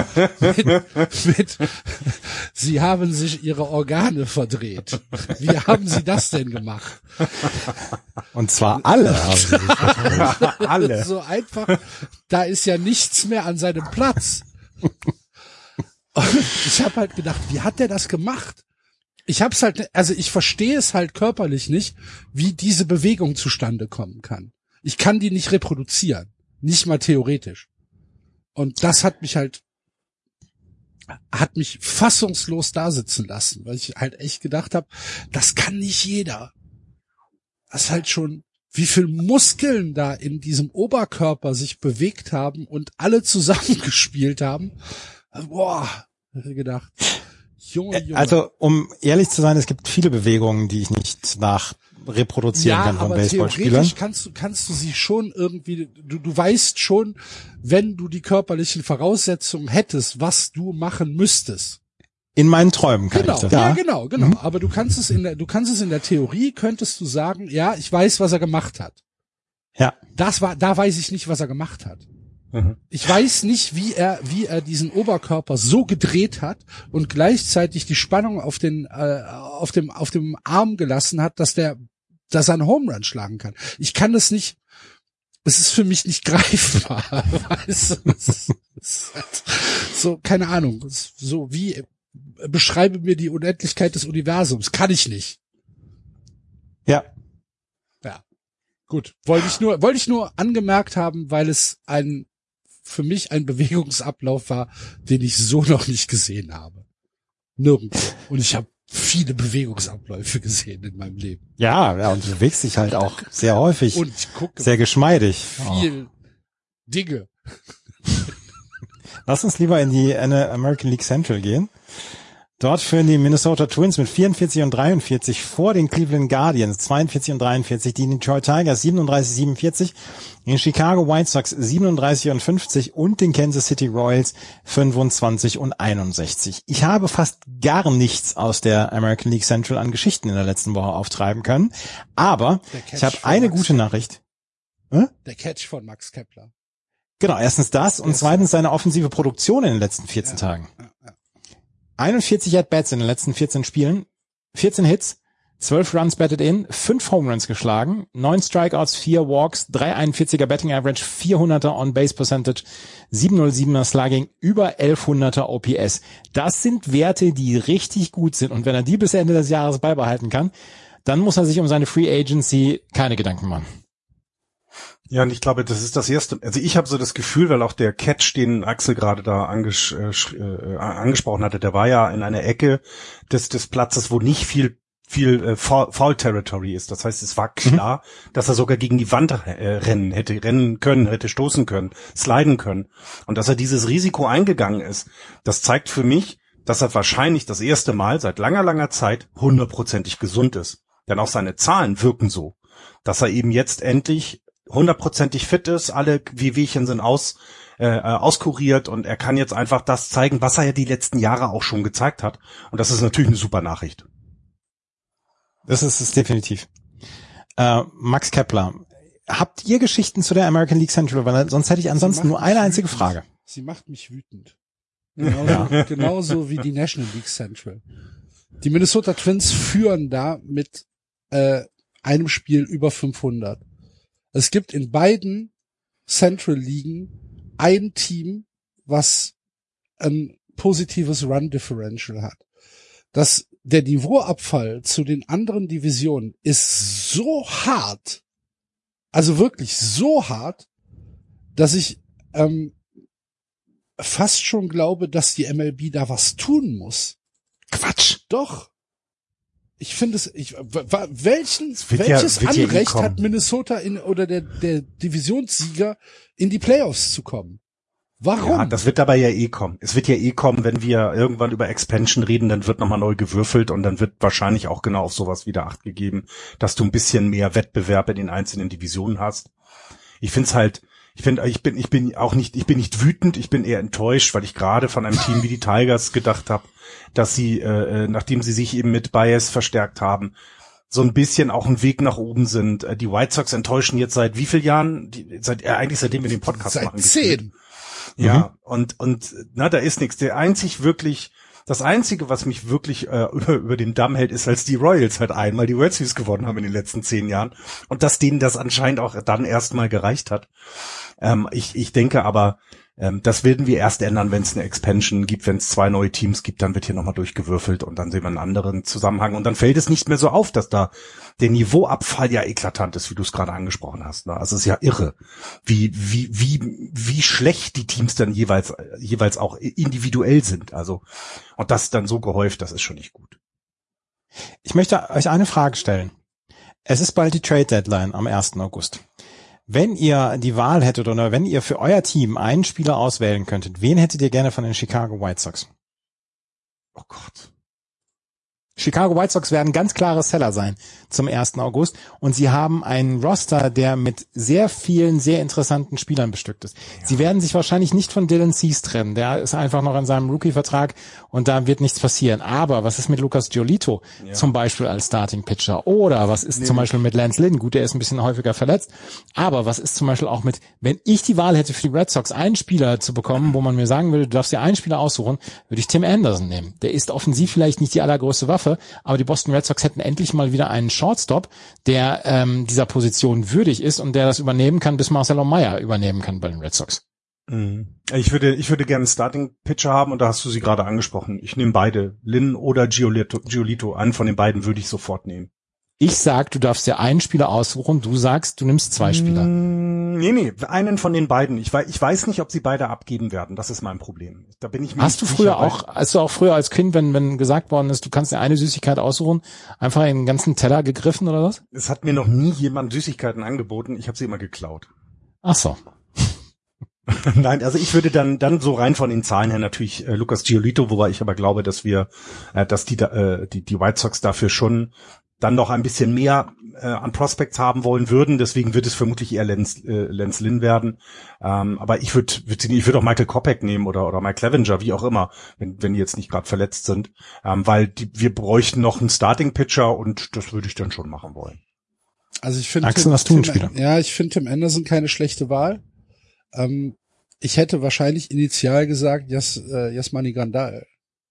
mit Sie haben sich Ihre Organe verdreht. Wie haben Sie das denn gemacht? Und zwar alle haben sie sich verdreht. Alle. So einfach, da ist ja nichts mehr an seinem Platz. Und ich habe halt gedacht, wie hat der das gemacht? Ich verstehe es halt körperlich nicht, wie diese Bewegung zustande kommen kann. Ich kann die nicht reproduzieren. Nicht mal theoretisch. Und das hat mich fassungslos da sitzen lassen, weil ich halt echt gedacht habe, das kann nicht jeder. Das ist halt schon, wie viel Muskeln da in diesem Oberkörper sich bewegt haben und alle zusammengespielt haben. Boah, habe ich gedacht. Junge. Also, um ehrlich zu sein, es gibt viele Bewegungen, die ich nicht reproduzieren kann von Baseballspielern. Theoretisch kannst du sie schon irgendwie, du weißt schon, wenn du die körperlichen Voraussetzungen hättest, was du machen müsstest. In meinen Träumen kann ich das. Ja, genau. Aber du kannst es in der Theorie, könntest du sagen, ja, ich weiß, was er gemacht hat. Ja. Da weiß ich nicht, was er gemacht hat. Ich weiß nicht, wie er diesen Oberkörper so gedreht hat und gleichzeitig die Spannung auf dem Arm gelassen hat, dass er einen Home Run schlagen kann. Ich kann das nicht, es ist für mich nicht greifbar. Weißt du? Es ist halt so, keine Ahnung, so wie, beschreibe mir die Unendlichkeit des Universums. Kann ich nicht. Ja. Gut. Wollte ich nur angemerkt haben, weil es für mich ein Bewegungsablauf war, den ich so noch nicht gesehen habe. Nirgendwo. Und ich habe viele Bewegungsabläufe gesehen in meinem Leben. Ja, und du bewegst dich halt auch sehr häufig. Und ich gucke sehr geschmeidig. Viel Dinge. Lass uns lieber in die American League Central gehen. Dort führen die Minnesota Twins mit 44 und 43 vor den Cleveland Guardians 42 und 43, die Detroit Tigers 37-47, den Chicago White Sox 37 und 50 und den Kansas City Royals 25 und 61. Ich habe fast gar nichts aus der American League Central an Geschichten in der letzten Woche auftreiben können, aber ich habe eine gute Nachricht. Der Catch von Max Kepler. Genau, erstens das und zweitens seine offensive Produktion in den letzten 14 Tagen. 41 At-Bats in den letzten 14 Spielen, 14 Hits, 12 Runs batted in, 5 Home Runs geschlagen, 9 Strikeouts, 4 Walks, 341er Batting Average, 400er On-Base Percentage, 707er Slugging, über 1100er OPS. Das sind Werte, die richtig gut sind und wenn er die bis Ende des Jahres beibehalten kann, dann muss er sich um seine Free Agency keine Gedanken machen. Ja, und ich glaube, das ist das erste. Also ich habe so das Gefühl, weil auch der Catch, den Axel gerade da angesprochen hatte, der war ja in einer Ecke des Platzes, wo nicht viel Foul Territory ist. Das heißt, es war klar, dass er sogar gegen die Wand rennen können, hätte stoßen können, sliden können. Und dass er dieses Risiko eingegangen ist, das zeigt für mich, dass er wahrscheinlich das erste Mal seit langer, langer Zeit 100%ig gesund ist. Denn auch seine Zahlen wirken so, dass er eben jetzt endlich 100%ig fit ist, alle Wehwehchen sind auskuriert und er kann jetzt einfach das zeigen, was er ja die letzten Jahre auch schon gezeigt hat. Und das ist natürlich eine super Nachricht. Das ist es definitiv. Max Kepler, habt ihr Geschichten zu der American League Central? Weil sonst hätte ich ansonsten nur eine einzige Frage. Sie macht mich wütend. Genauso wie die National League Central. Die Minnesota Twins führen da mit einem Spiel über 500. Es gibt in beiden Central Ligen ein Team, was ein positives Run Differential hat. Der Niveauabfall zu den anderen Divisionen ist so hart, also wirklich so hart, dass ich fast schon glaube, dass die MLB da was tun muss. Quatsch! Doch. Ich finde welches Anrecht hat Minnesota oder der Divisionssieger in die Playoffs zu kommen? Warum? Ja, das wird dabei ja eh kommen. Es wird ja eh kommen, wenn wir irgendwann über Expansion reden, dann wird nochmal neu gewürfelt und dann wird wahrscheinlich auch genau auf sowas wieder Acht gegeben, dass du ein bisschen mehr Wettbewerb in den einzelnen Divisionen hast. Ich bin nicht wütend, ich bin eher enttäuscht, weil ich gerade von einem Team wie die Tigers gedacht habe, dass sie, nachdem sie sich eben mit Baez verstärkt haben, so ein bisschen auch ein Weg nach oben sind. Die White Sox enttäuschen jetzt seit wie vielen Jahren? Eigentlich seitdem wir den Podcast machen. Seit 10. Ja, und da ist nichts. Das Einzige, was mich wirklich über den Damm hält, ist, als die Royals halt einmal die World Series gewonnen haben in den letzten 10 Jahren und dass denen das anscheinend auch dann erstmal gereicht hat. Ich denke aber, das werden wir erst ändern, wenn es eine Expansion gibt, wenn es 2 neue Teams gibt, dann wird hier nochmal durchgewürfelt und dann sehen wir einen anderen Zusammenhang und dann fällt es nicht mehr so auf, dass da der Niveauabfall ja eklatant ist, wie du es gerade angesprochen hast. Ne? Also es ist ja irre, wie schlecht die Teams dann jeweils auch individuell sind. Also und das dann so gehäuft, das ist schon nicht gut. Ich möchte euch eine Frage stellen. Es ist bald die Trade Deadline am 1. August. Wenn ihr die Wahl hättet oder wenn ihr für euer Team einen Spieler auswählen könntet, wen hättet ihr gerne von den Chicago White Sox? Oh Gott. Chicago White Sox werden ganz klare Seller sein zum 1. August und sie haben einen Roster, der mit sehr vielen, sehr interessanten Spielern bestückt ist. Ja. Sie werden sich wahrscheinlich nicht von Dylan Cease trennen, der ist einfach noch in seinem Rookie-Vertrag und da wird nichts passieren. Aber was ist mit Lucas Giolito zum Beispiel als Starting-Pitcher? Oder was ist zum Beispiel mit Lance Lynn? Gut, der ist ein bisschen häufiger verletzt. Aber was ist zum Beispiel auch mit, wenn ich die Wahl hätte für die Red Sox, einen Spieler zu bekommen, wo man mir sagen würde, du darfst dir einen Spieler aussuchen, würde ich Tim Anderson nehmen. Der ist offensiv vielleicht nicht die allergrößte Waffe, aber die Boston Red Sox hätten endlich mal wieder einen Shortstop, der dieser Position würdig ist und der das übernehmen kann, bis Marcelo Meyer übernehmen kann bei den Red Sox. Ich würde gerne einen Starting-Pitcher haben und da hast du sie gerade angesprochen. Ich nehme beide, Lynn oder Giolito. Einen von den beiden würde ich sofort nehmen. Ich sag, du darfst dir einen Spieler aussuchen, du sagst, du nimmst 2 Spieler. Nee, einen von den beiden. Ich weiß nicht, ob sie beide abgeben werden. Das ist mein Problem. Da bin ich mir Hast du auch früher als Kind, wenn gesagt worden ist, du kannst dir eine Süßigkeit aussuchen, einfach in den ganzen Teller gegriffen oder was? Es hat mir noch nie jemand Süßigkeiten angeboten. Ich habe sie immer geklaut. Ach so. Nein, also ich würde dann so rein von den Zahlen her natürlich Lucas Giolito, wobei ich aber glaube, dass die White Sox dafür schon dann noch ein bisschen mehr an Prospects haben wollen würden. Deswegen wird es vermutlich eher Lance Lynn werden. Aber ich würde auch Michael Kopech nehmen oder Mike Clevenger, wie auch immer, wenn die jetzt nicht gerade verletzt sind. Weil wir bräuchten noch einen Starting-Pitcher und das würde ich dann schon machen wollen. Also ich finde ich finde Tim Anderson keine schlechte Wahl. Ich hätte wahrscheinlich initial gesagt, Yasmani Grandal.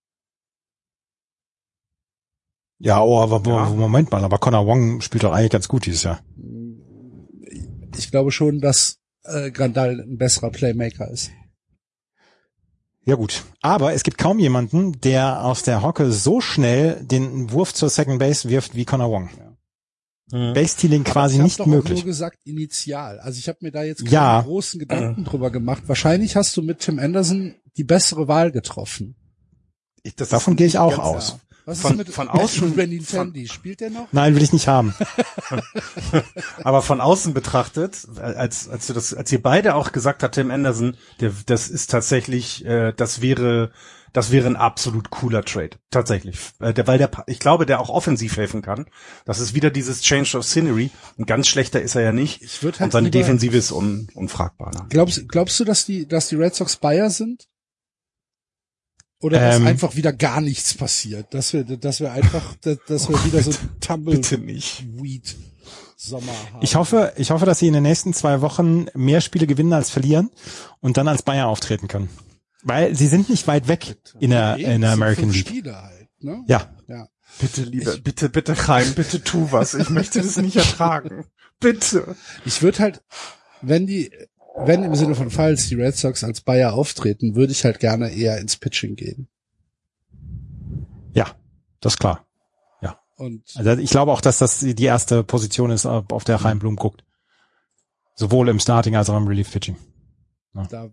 Ja, aber Moment mal, aber Connor Wong spielt doch eigentlich ganz gut dieses Jahr. Ich glaube schon, dass Grandal ein besserer Playmaker ist. Ja gut, aber es gibt kaum jemanden, der aus der Hocke so schnell den Wurf zur Second Base wirft wie Connor Wong. Ja. Base-Stealing quasi nicht möglich. Ich habe nur gesagt initial. Also ich habe mir da jetzt keine großen Gedanken drüber gemacht. Wahrscheinlich hast du mit Tim Anderson die bessere Wahl getroffen. Davon gehe ich auch aus. Was ist mit von außen Benintendi? Spielt der noch? Nein, will ich nicht haben. Aber von außen betrachtet, als ihr beide auch gesagt habt, Tim Anderson, das ist tatsächlich, das wäre ein absolut cooler Trade. Tatsächlich. Ich glaube, der auch offensiv helfen kann. Das ist wieder dieses Change of Scenery. Und ganz schlechter ist er ja nicht. Und seine Defensive ist unfragbar. Ne? Glaubst du, dass die Red Sox Bayer sind? Oder dass einfach wieder gar nichts passiert? Dass wir wieder so Tumbleweed Sommer haben. Ich hoffe, dass sie in den nächsten 2 Wochen mehr Spiele gewinnen als verlieren und dann als Bayer auftreten können. Weil sie sind nicht weit weg in der American League. Spiele halt, ne? Ja. Bitte, bitte, Chaim, bitte tu was. Ich möchte das nicht ertragen. Bitte. Ich würde halt, wenn im Sinne von Falls die Red Sox als Bayer auftreten, würde ich halt gerne eher ins Pitching gehen. Ja, das ist klar. Ja. Und also ich glaube auch, dass das die erste Position ist, auf der Chaim Bloom guckt. Sowohl im Starting als auch im Relief Pitching. Ja.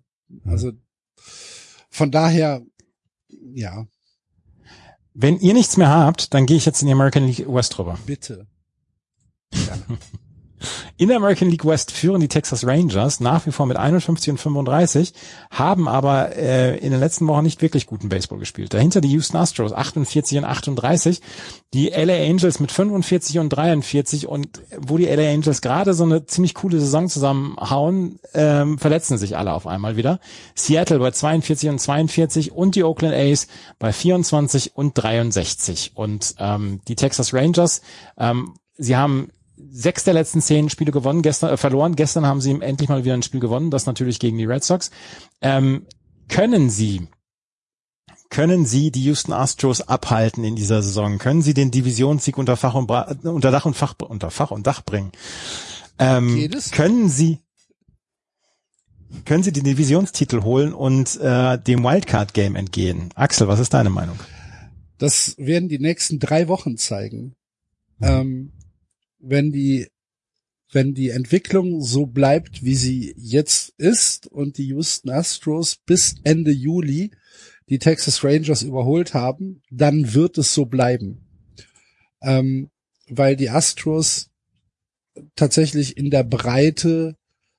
Von daher, ja. Wenn ihr nichts mehr habt, dann gehe ich jetzt in die American League West rüber. Bitte. In der American League West führen die Texas Rangers nach wie vor mit 51 und 35, haben aber in den letzten Wochen nicht wirklich guten Baseball gespielt. Dahinter die Houston Astros 48 und 38, die LA Angels mit 45 und 43 und wo die LA Angels gerade so eine ziemlich coole Saison zusammenhauen, verletzen sich alle auf einmal wieder. Seattle bei 42 und 42 und die Oakland A's bei 24 und 63. Und die Texas Rangers, sie haben 6 der letzten 10 Spiele verloren. Gestern haben sie endlich mal wieder ein Spiel gewonnen, das natürlich gegen die Red Sox. Können sie die Houston Astros abhalten in dieser Saison? Können sie den Divisionssieg unter Dach und Dach bringen? Können sie den Divisionstitel holen und dem Wildcard-Game entgehen? Axel, was ist deine Meinung? Das werden die nächsten 3 Wochen zeigen. Wenn die Entwicklung so bleibt, wie sie jetzt ist und die Houston Astros bis Ende Juli die Texas Rangers überholt haben, dann wird es so bleiben. Weil die Astros tatsächlich in der Breite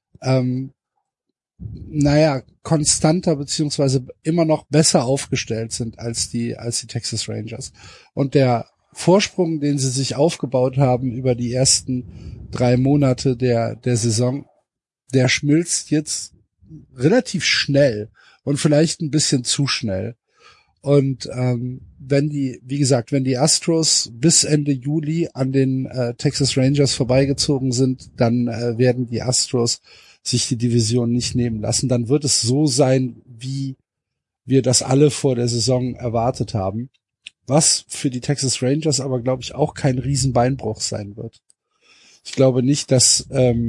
konstanter beziehungsweise immer noch besser aufgestellt sind als die Texas Rangers. Und der Vorsprung, den sie sich aufgebaut haben über die ersten 3 Monate der Saison, der schmilzt jetzt relativ schnell und vielleicht ein bisschen zu schnell. Und wenn die Astros bis Ende Juli an den Texas Rangers vorbeigezogen sind, dann werden die Astros sich die Division nicht nehmen lassen. Dann wird es so sein, wie wir das alle vor der Saison erwartet haben. Was für die Texas Rangers aber, glaube ich, auch kein Riesenbeinbruch sein wird. Ich glaube nicht, dass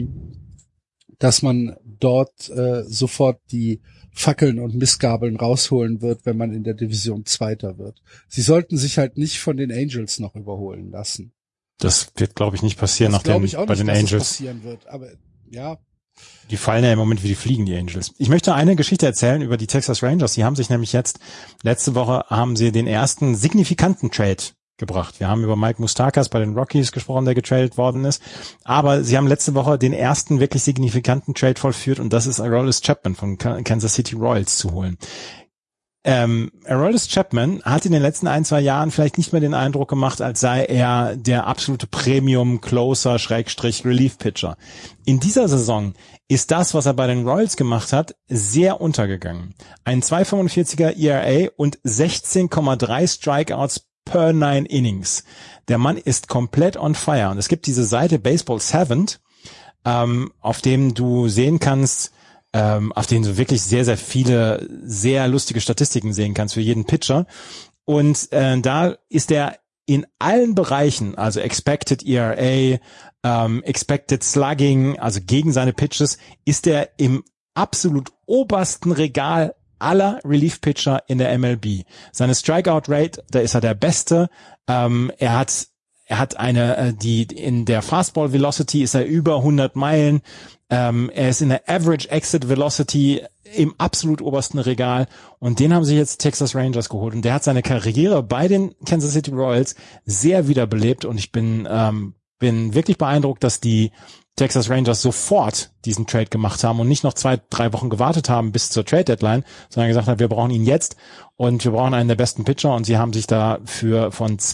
man dort sofort die Fackeln und Mistgabeln rausholen wird, wenn man in der Division Zweiter wird. Sie sollten sich halt nicht von den Angels noch überholen lassen. Das wird, glaube ich, nicht passieren, nachdem bei den Angels. Das passieren wird, aber ja. Die fallen ja im Moment wie die Fliegen, die Angels. Ich möchte eine Geschichte erzählen über die Texas Rangers. Die haben sich nämlich letzte Woche haben sie den ersten signifikanten Trade gebracht. Wir haben über Mike Moustakas bei den Rockies gesprochen, der getradet worden ist. Aber sie haben letzte Woche den ersten wirklich signifikanten Trade vollführt und das ist Aroldis Chapman von Kansas City Royals zu holen. Aroldis Chapman hat in den letzten 1-2 Jahren vielleicht nicht mehr den Eindruck gemacht, als sei er der absolute Premium-Closer / Relief-Pitcher. In dieser Saison ist das, was er bei den Royals gemacht hat, sehr untergegangen. Ein 2,45er ERA und 16,3 Strikeouts per 9 Innings. Der Mann ist komplett on fire. Und es gibt diese Seite Baseball Savant, auf dem du sehen kannst, auf denen du wirklich sehr, sehr viele, sehr lustige Statistiken sehen kannst für jeden Pitcher. Und da ist er in allen Bereichen, also Expected ERA, Expected Slugging, also gegen seine Pitches, ist er im absolut obersten Regal aller Relief-Pitcher in der MLB. Seine Strikeout-Rate, da ist er der Beste. Er hat die in der Fastball-Velocity ist er über 100 Meilen. Er ist in der Average Exit Velocity im absolut obersten Regal und den haben sich jetzt Texas Rangers geholt und der hat seine Karriere bei den Kansas City Royals sehr wiederbelebt und ich bin wirklich beeindruckt, dass die Texas Rangers sofort diesen Trade gemacht haben und nicht noch 2-3 Wochen gewartet haben bis zur Trade Deadline, sondern gesagt haben, wir brauchen ihn jetzt und wir brauchen einen der besten Pitcher und sie haben sich da für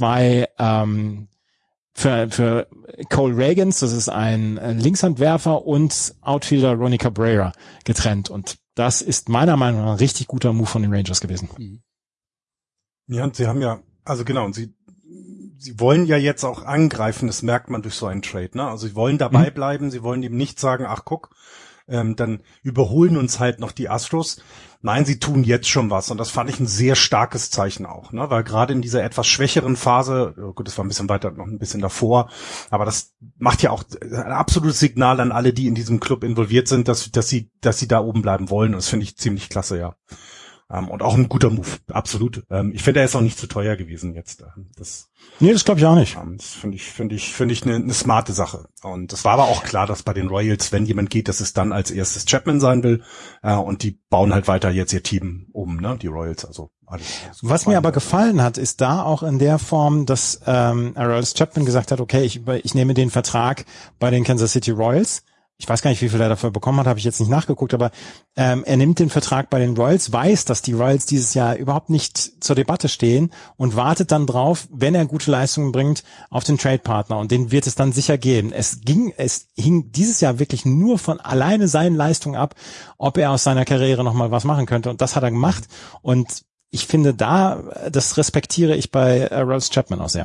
Cole Ragans, das ist ein Linkshandwerfer, und Outfielder Ronnie Cabrera getrennt und das ist meiner Meinung nach ein richtig guter Move von den Rangers gewesen. Ja, und sie haben ja, also genau, und sie wollen ja jetzt auch angreifen, das merkt man durch so einen Trade, ne? Also sie wollen dabei bleiben, sie wollen eben nicht sagen, ach guck, dann überholen uns halt noch die Astros. Nein, sie tun jetzt schon was und das fand ich ein sehr starkes Zeichen auch, ne? Weil gerade in dieser etwas schwächeren Phase, gut, das war ein bisschen weiter, noch ein bisschen davor, aber das macht ja auch ein absolutes Signal an alle, die in diesem Club involviert sind, dass sie da oben bleiben wollen und das finde ich ziemlich klasse, ja. Und auch ein guter Move, absolut. Ich finde, er ist auch nicht zu teuer gewesen jetzt. Das glaube ich auch nicht. Das finde ich eine smarte Sache. Und es war aber auch klar, dass bei den Royals, wenn jemand geht, dass es dann als erstes Chapman sein will. Und die bauen halt weiter jetzt ihr Team um, ne, die Royals. Also alles. Was mir aber gefallen hat, ist da auch in der Form, dass Aroldis Chapman gesagt hat, okay, ich nehme den Vertrag bei den Kansas City Royals. Ich weiß gar nicht, wie viel er dafür bekommen hat, habe ich jetzt nicht nachgeguckt, aber er nimmt den Vertrag bei den Royals, weiß, dass die Royals dieses Jahr überhaupt nicht zur Debatte stehen und wartet dann drauf, wenn er gute Leistungen bringt, auf den Trade-Partner und den wird es dann sicher geben. Es hing dieses Jahr wirklich nur von alleine seinen Leistungen ab, ob er aus seiner Karriere nochmal was machen könnte und das hat er gemacht und ich finde das respektiere ich bei Aroldis Chapman auch sehr.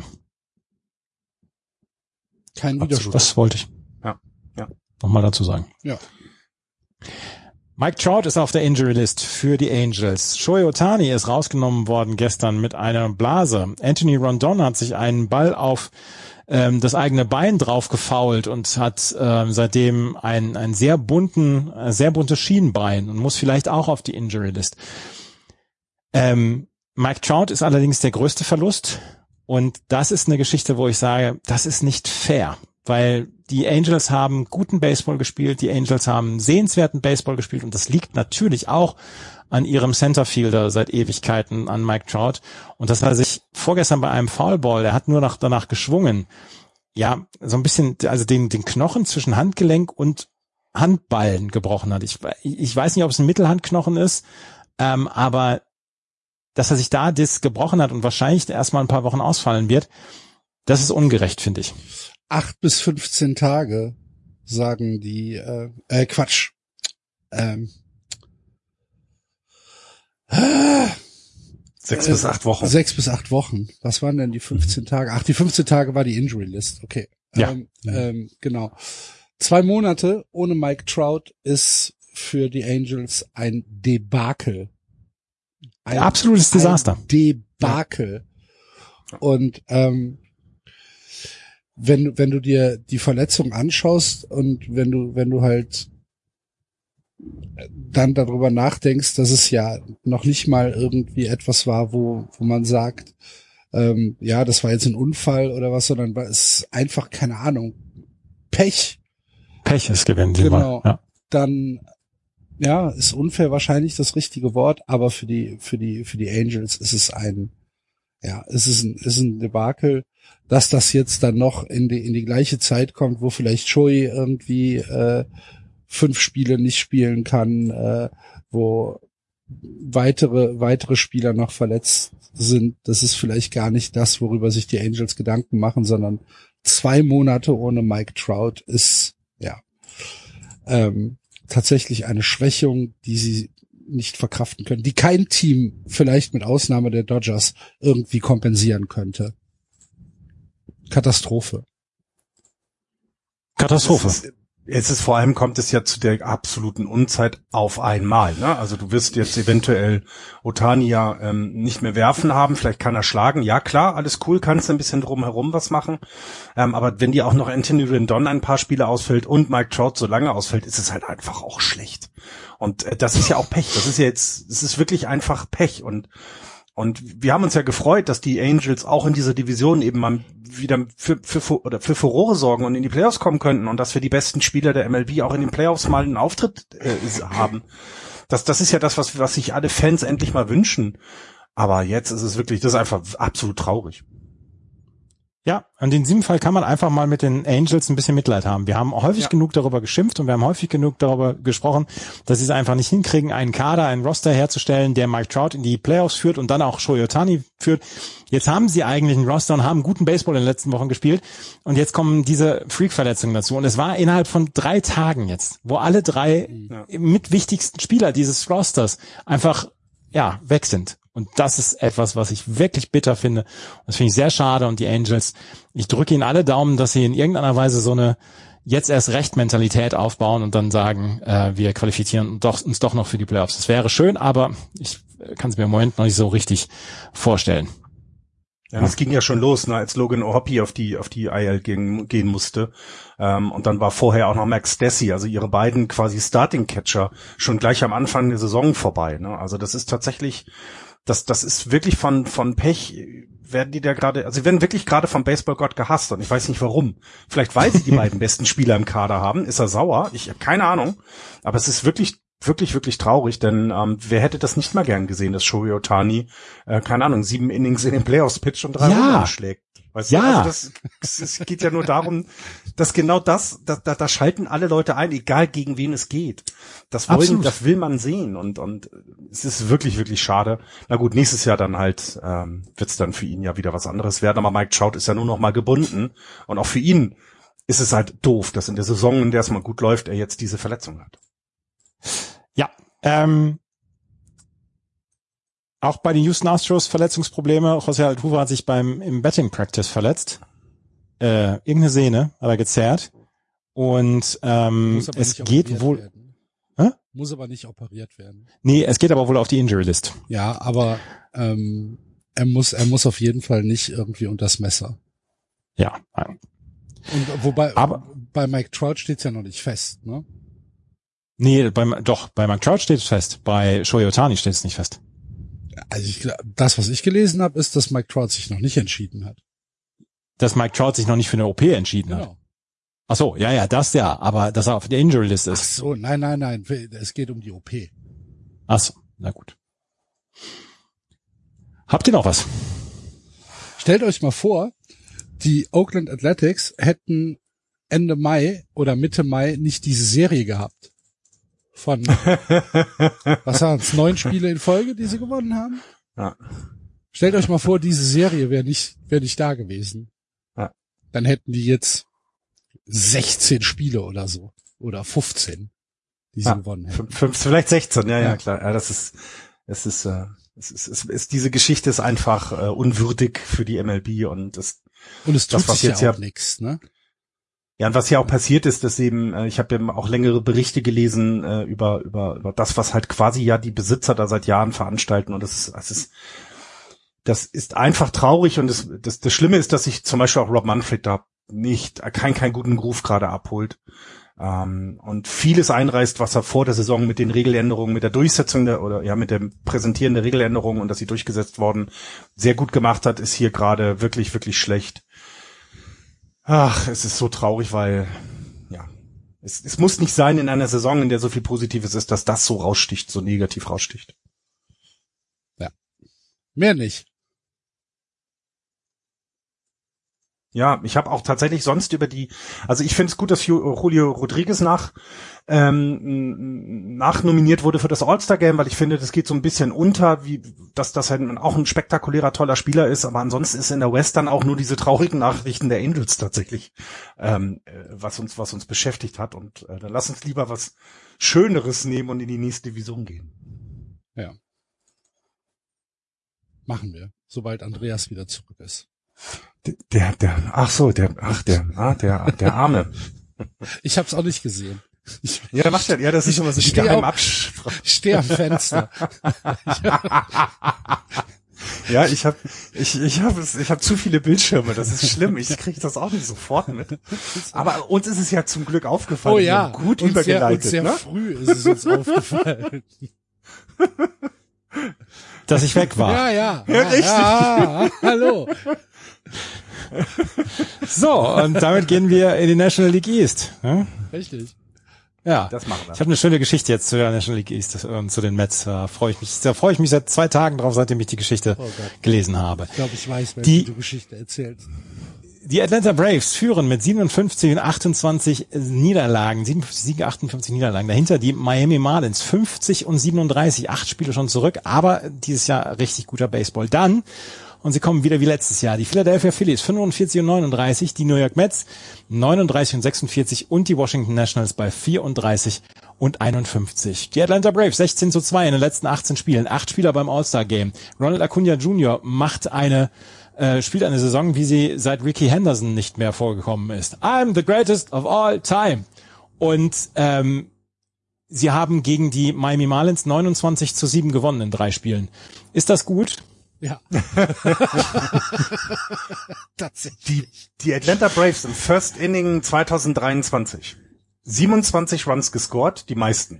Kein Widerspruch. Das wollte ich. Ja. Nochmal dazu sagen. Ja. Mike Trout ist auf der Injury List für die Angels. Shohei Ohtani ist rausgenommen worden gestern mit einer Blase. Anthony Rondon hat sich einen Ball auf das eigene Bein drauf gefoult und hat seitdem ein sehr buntes Schienbein und muss vielleicht auch auf die Injury List. Mike Trout ist allerdings der größte Verlust und das ist eine Geschichte, wo ich sage, das ist nicht fair. Weil die Angels haben guten Baseball gespielt, die Angels haben sehenswerten Baseball gespielt und das liegt natürlich auch an ihrem Centerfielder seit Ewigkeiten, an Mike Trout. Und das hat sich vorgestern bei einem Foulball, der hat nur danach geschwungen, ja, so ein bisschen, also den Knochen zwischen Handgelenk und Handballen gebrochen hat. Ich weiß nicht, ob es ein Mittelhandknochen ist, aber dass er sich da das gebrochen hat und wahrscheinlich erstmal ein paar Wochen ausfallen wird, das ist ungerecht, finde ich. 8 bis 15 Tage, sagen die, Quatsch. 6 bis 8 Wochen. 6 bis 8 Wochen. Was waren denn die 15 Tage? Ach, die 15 Tage war die Injury List. Okay. Ja. Genau. 2 Monate ohne Mike Trout ist für die Angels ein Debakel. Ein absolutes Desaster. Ein Debakel. Ja. Und wenn du dir die Verletzung anschaust und wenn du halt dann darüber nachdenkst, dass es ja noch nicht mal irgendwie etwas war, wo man sagt, ja, das war jetzt ein Unfall oder was, sondern es ist einfach, keine Ahnung, Pech. Pech ist gewesen. Genau. Ja. Dann, ja, ist unfair wahrscheinlich das richtige Wort, aber für die Angels ist es ein Debakel, dass das jetzt dann noch in die gleiche Zeit kommt, wo vielleicht Shohei irgendwie 5 Spiele nicht spielen kann, wo weitere Spieler noch verletzt sind. Das ist vielleicht gar nicht das, worüber sich die Angels Gedanken machen, sondern 2 Monate ohne Mike Trout ist tatsächlich eine Schwächung, die sie nicht verkraften können, die kein Team, vielleicht mit Ausnahme der Dodgers, irgendwie kompensieren könnte. Katastrophe. Es ist vor allem, kommt es ja zu der absoluten Unzeit auf einmal, ne? Also du wirst jetzt eventuell Ohtani ja nicht mehr werfen haben, vielleicht kann er schlagen, ja klar, alles cool, kannst du ein bisschen drumherum was machen, aber wenn dir auch noch Anthony Rendon ein paar Spiele ausfällt und Mike Trout so lange ausfällt, ist es halt einfach auch schlecht. Und das ist ja auch Pech, das ist wirklich einfach Pech und Und wir haben uns ja gefreut, dass die Angels auch in dieser Division eben mal wieder für Furore sorgen und in die Playoffs kommen könnten und dass wir die besten Spieler der MLB auch in den Playoffs mal einen Auftritt haben. Das ist ja das, was sich alle Fans endlich mal wünschen. Aber jetzt ist es wirklich, das ist einfach absolut traurig. Ja, und in diesem Fall kann man einfach mal mit den Angels ein bisschen Mitleid haben. Wir haben häufig genug darüber geschimpft und wir haben häufig genug darüber gesprochen, dass sie es einfach nicht hinkriegen, einen Kader, einen Roster herzustellen, der Mike Trout in die Playoffs führt und dann auch Shohei Ohtani führt. Jetzt haben sie eigentlich einen Roster und haben guten Baseball in den letzten Wochen gespielt und jetzt kommen diese Freak-Verletzungen dazu. Und es war innerhalb von 3 Tagen jetzt, wo alle 3 mit wichtigsten Spieler dieses Rosters einfach weg sind. Und das ist etwas, was ich wirklich bitter finde. Und das finde ich sehr schade. Und die Angels, ich drücke ihnen alle Daumen, dass sie in irgendeiner Weise so eine jetzt erst recht Mentalität aufbauen und dann sagen, wir qualifizieren uns doch noch für die Playoffs. Das wäre schön, aber ich kann es mir im Moment noch nicht so richtig vorstellen. Ja, das ging ja schon los, ne, als Logan O'Hoppe auf die IL gehen musste. Und dann war vorher auch noch Max Stassi, also ihre beiden quasi Starting Catcher, schon gleich am Anfang der Saison vorbei. Ne? Also das ist tatsächlich, das ist wirklich von Pech, werden die da gerade, also sie werden wirklich gerade vom Baseballgott gehasst und ich weiß nicht warum. Vielleicht weil sie die beiden besten Spieler im Kader haben, ist er sauer, ich habe keine Ahnung. Aber es ist wirklich traurig, denn wer hätte das nicht mal gern gesehen, dass Shohei Ohtani, keine Ahnung, 7 Innings in den Playoffs pitcht und 3 Runden schlägt. Weißt du? Also es geht ja nur darum, dass genau da schalten alle Leute ein, egal gegen wen es geht. Das will man sehen und es ist wirklich, wirklich schade. Na gut, nächstes Jahr dann halt wird's dann für ihn ja wieder was anderes werden, aber Mike Trout ist ja nur noch mal gebunden und auch für ihn ist es halt doof, dass in der Saison, in der es mal gut läuft, er jetzt diese Verletzung hat. Ja, auch bei den Houston Astros Verletzungsprobleme. José Altuve hat sich im Batting Practice verletzt. Irgendeine Sehne, aber gezerrt. Und es geht wohl. Muss aber nicht operiert werden. Nee, es geht aber wohl auf die Injury List. Ja, aber er muss auf jeden Fall nicht irgendwie unters Messer. Ja. Und wobei, bei Mike Trout steht's ja noch nicht fest, ne? Nee, bei Mike Trout steht es fest. Bei Shohei Ohtani steht es nicht fest. Also das, was ich gelesen habe, ist, dass Mike Trout sich noch nicht entschieden hat. Dass Mike Trout sich noch nicht für eine OP entschieden hat. Ach so, ja, das ja, aber dass er auf der Injury List ist. Ach so, nein, es geht um die OP. Ach so, na gut. Habt ihr noch was? Stellt euch mal vor, die Oakland Athletics hätten Ende Mai oder Mitte Mai nicht diese Serie gehabt. Von, was waren es, 9 Spiele in Folge, die sie gewonnen haben? Ja. Stellt euch mal vor, diese Serie wäre nicht da gewesen. Ja. Dann hätten die jetzt 16 Spiele oder so. Oder 15, die sie gewonnen hätten. 5, vielleicht 16, ja, klar. Ja, diese Geschichte ist einfach unwürdig für die MLB und es tut sich jetzt ja auch nichts, ne? Ja, und was ja auch passiert ist, dass eben, ich habe ja auch längere Berichte gelesen über das, was halt quasi ja die Besitzer da seit Jahren veranstalten und das ist einfach traurig und das Schlimme ist, dass sich zum Beispiel auch Rob Manfred da keinen guten Groove gerade abholt und vieles einreißt, was er vor der Saison mit den Regeländerungen, mit der Durchsetzung mit dem Präsentieren der Regeländerungen und dass sie durchgesetzt worden, sehr gut gemacht hat, ist hier gerade wirklich, wirklich schlecht. Ach, es ist so traurig, weil, ja, es muss nicht sein in einer Saison, in der so viel Positives ist, dass das so raussticht, so negativ raussticht. Ja. Mehr nicht. Ja, ich habe auch tatsächlich sonst also ich finde es gut, dass Julio Rodriguez nachnominiert wurde für das All-Star-Game, weil ich finde, das geht so ein bisschen unter, dass das halt auch ein spektakulärer, toller Spieler ist, aber ansonsten ist in der West dann auch nur diese traurigen Nachrichten der Angels tatsächlich, was uns beschäftigt hat und dann lass uns lieber was Schöneres nehmen und in die nächste Division gehen. Ja. Machen wir, sobald Andreas wieder zurück ist. Der Arme. Ich hab's auch nicht gesehen. Ja, macht ja, das ist schon mal so die geheime Absprache. Ich stehe am Fenster. Ja, ich hab zu viele Bildschirme, das ist schlimm, ich kriege das auch nicht sofort mit. Aber uns ist es ja zum Glück aufgefallen. Oh ja, gut übergeleitet. Sehr früh ist es uns aufgefallen. dass ich weg war. Ja, richtig. Ja, hallo. So, und damit gehen wir in die National League East. Ja? Richtig. Ja, das machen wir. Ich habe eine schöne Geschichte jetzt zu der National League East und zu den Mets. Da freue ich mich seit 2 Tagen drauf, seitdem ich die Geschichte gelesen habe. Ich glaube, ich weiß, welche du Geschichte erzählst. Die Atlanta Braves führen mit 57 und 28 Niederlagen, 57 Siege, 58 Niederlagen. Dahinter die Miami Marlins 50 und 37, 8 Spiele schon zurück, aber dieses Jahr richtig guter Baseball. Dann, und sie kommen wieder wie letztes Jahr, die Philadelphia Phillies 45 und 39, die New York Mets 39 und 46 und die Washington Nationals bei 34 und 51. Die Atlanta Braves 16-2 in den letzten 18 Spielen, 8 Spieler beim All-Star-Game. Ronald Acuna Jr. spielt eine Saison, wie sie seit Rickey Henderson nicht mehr vorgekommen ist. I'm the greatest of all time. Und sie haben gegen die Miami Marlins 29-7 gewonnen in 3 Spielen. Ist das gut? Ja. Tatsächlich. Die Atlanta Braves im First Inning 2023. 27 Runs gescored, die meisten.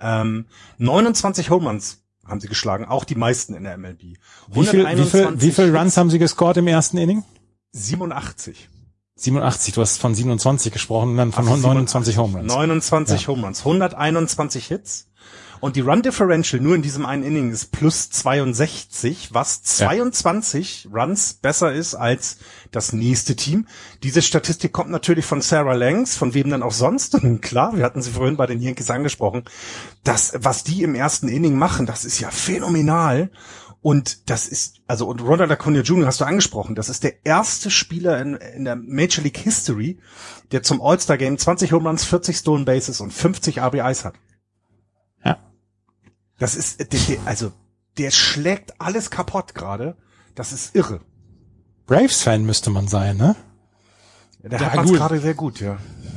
29 Home Runs haben sie geschlagen, auch die meisten in der MLB. Wie viel Runs haben sie gescored im ersten Inning? 87. 87, du hast von 27 gesprochen und dann von 29 Home Runs. 29 Home Runs, 121 Hits. Und die Run Differential nur in diesem einen Inning ist plus 62, was 22 Runs besser ist als das nächste Team. Diese Statistik kommt natürlich von Sarah Langs, von wem dann auch sonst. Und klar, wir hatten sie vorhin bei den Yankees angesprochen. Das, was die im ersten Inning machen, das ist ja phänomenal. Und das ist, also, und Ronald Acuna Jr. hast du angesprochen, das ist der erste Spieler in der Major League History, der zum All-Star Game 20 Home Runs, 40 Stolen Bases und 50 RBIs hat. Ja. Das ist, der schlägt alles kaputt gerade. Das ist irre. Braves-Fan müsste man sein, ne? Der hat man's gerade sehr gut, ja.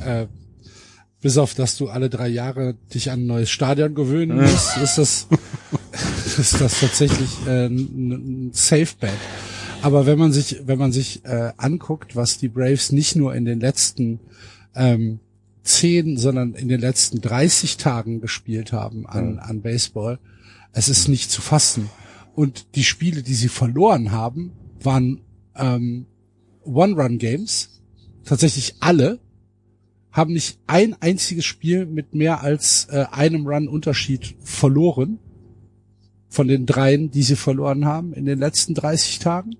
Bis auf, dass du alle 3 Jahre dich an ein neues Stadion gewöhnen musst, ist das tatsächlich ein Safe Bet. Aber wenn man sich anguckt, was die Braves nicht nur in den letzten 10, sondern in den letzten 30 Tagen gespielt haben an Baseball, es ist nicht zu fassen. Und die Spiele, die sie verloren haben, waren One-Run-Games, tatsächlich alle, haben nicht ein einziges Spiel mit mehr als einem Run-Unterschied verloren, von den 3, die sie verloren haben in den letzten 30 Tagen.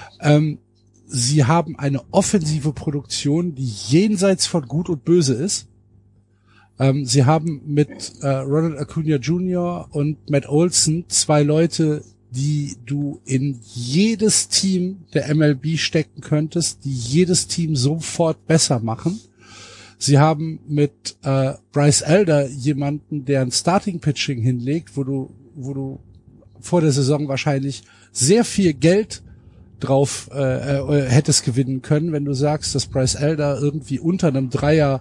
Sie haben eine offensive Produktion, die jenseits von Gut und Böse ist. Sie haben mit Ronald Acuna Jr. und Matt Olson 2 Leute, die du in jedes Team der MLB stecken könntest, die jedes Team sofort besser machen. Sie haben mit Bryce Elder jemanden, der ein Starting-Pitching hinlegt, wo du vor der Saison wahrscheinlich sehr viel Geld drauf hättest gewinnen können, wenn du sagst, dass Bryce Elder irgendwie unter einem 3er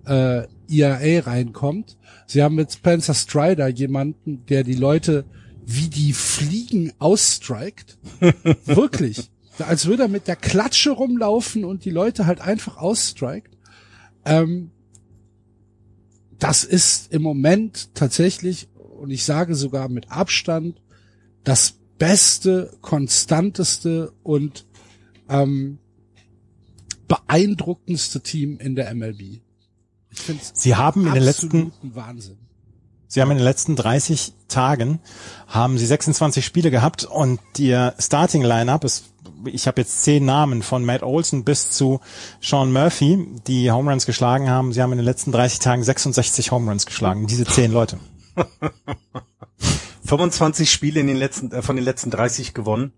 ERA reinkommt. Sie haben mit Spencer Strider jemanden, der die Leute wie die Fliegen ausstrikt. Wirklich. Als würde er mit der Klatsche rumlaufen und die Leute halt einfach ausstrikt. Das ist im Moment tatsächlich, und ich sage sogar mit Abstand, das beste, konstanteste und beeindruckendste Team in der MLB. Ich finde es Wahnsinn. Sie haben in den letzten 30 Tagen haben sie 26 Spiele gehabt und ihr Starting Lineup ist, ich habe jetzt 10 Namen von Matt Olson bis zu Sean Murphy, die Home Runs geschlagen haben. Sie haben in den letzten 30 Tagen 66 Home Runs geschlagen. Diese 10 Leute. 25 Spiele von den letzten 30 gewonnen.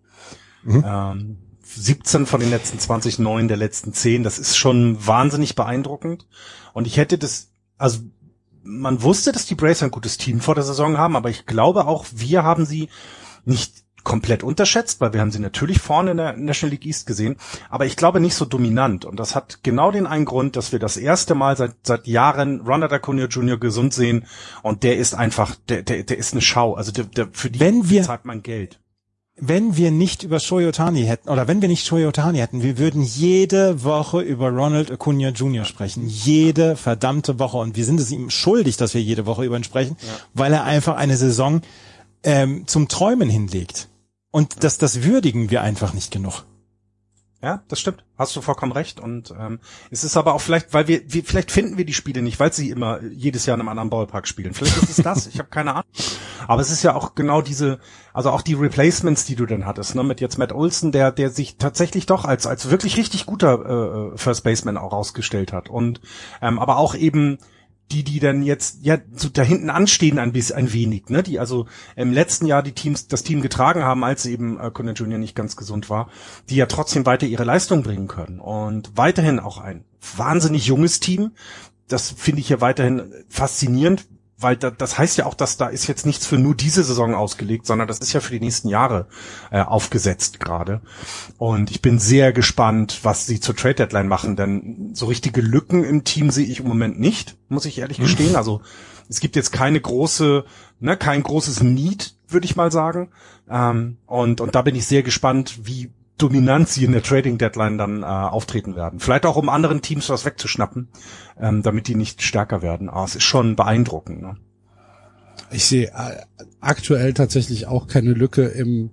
17 von den letzten 20, 9 der letzten 10. Das ist schon wahnsinnig beeindruckend. Und ich hätte man wusste, dass die Braves ein gutes Team vor der Saison haben, aber ich glaube auch, wir haben sie nicht komplett unterschätzt, weil wir haben sie natürlich vorne in der National League East gesehen, aber ich glaube nicht so dominant. Und das hat genau den einen Grund, dass wir das erste Mal seit Jahren Ronald Acuna Jr. gesund sehen und der ist einfach, der ist eine Schau. Also für die zahlt man Geld. Wenn wir nicht Shohei Ohtani hätten, wir würden jede Woche über Ronald Acuna Jr. sprechen. Jede verdammte Woche. Und wir sind es ihm schuldig, dass wir jede Woche über ihn sprechen, weil er einfach eine Saison zum Träumen hinlegt. Und das würdigen wir einfach nicht genug. Ja, das stimmt. Hast du vollkommen recht. Und es ist aber auch vielleicht, weil wir vielleicht finden wir die Spiele nicht, weil sie immer jedes Jahr in einem anderen Ballpark spielen. Vielleicht ist es das. Ich habe keine Ahnung. Aber es ist ja auch genau also auch die Replacements, die du dann hattest, ne, mit jetzt Matt Olson, der sich tatsächlich doch als wirklich richtig guter First Baseman auch rausgestellt hat. Und aber auch eben die dann jetzt ja so da hinten anstehen ein wenig, ne, die also im letzten Jahr das Team getragen haben, als eben Acuna Jr. nicht ganz gesund war, die ja trotzdem weiter ihre Leistung bringen können und weiterhin auch ein wahnsinnig junges Team. Das finde ich hier weiterhin faszinierend, weil das heißt ja auch, dass da ist jetzt nichts für nur diese Saison ausgelegt, sondern das ist ja für die nächsten Jahre aufgesetzt gerade. Und ich bin sehr gespannt, was sie zur Trade Deadline machen, denn so richtige Lücken im Team sehe ich im Moment nicht, muss ich ehrlich gestehen. Also es gibt jetzt kein großes Need, würde ich mal sagen. Und da bin ich sehr gespannt, wie dominant sie in der Trading Deadline dann auftreten werden. Vielleicht auch, um anderen Teams was wegzuschnappen, damit die nicht stärker werden. Aber es ist schon beeindruckend. Ne? Ich sehe aktuell tatsächlich auch keine Lücke im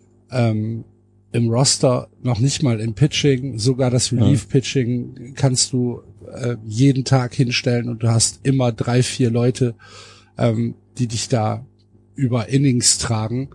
Roster, noch nicht mal im Pitching. Sogar das Relief-Pitching kannst du jeden Tag hinstellen und du hast immer 3-4 Leute, die dich da über Innings tragen.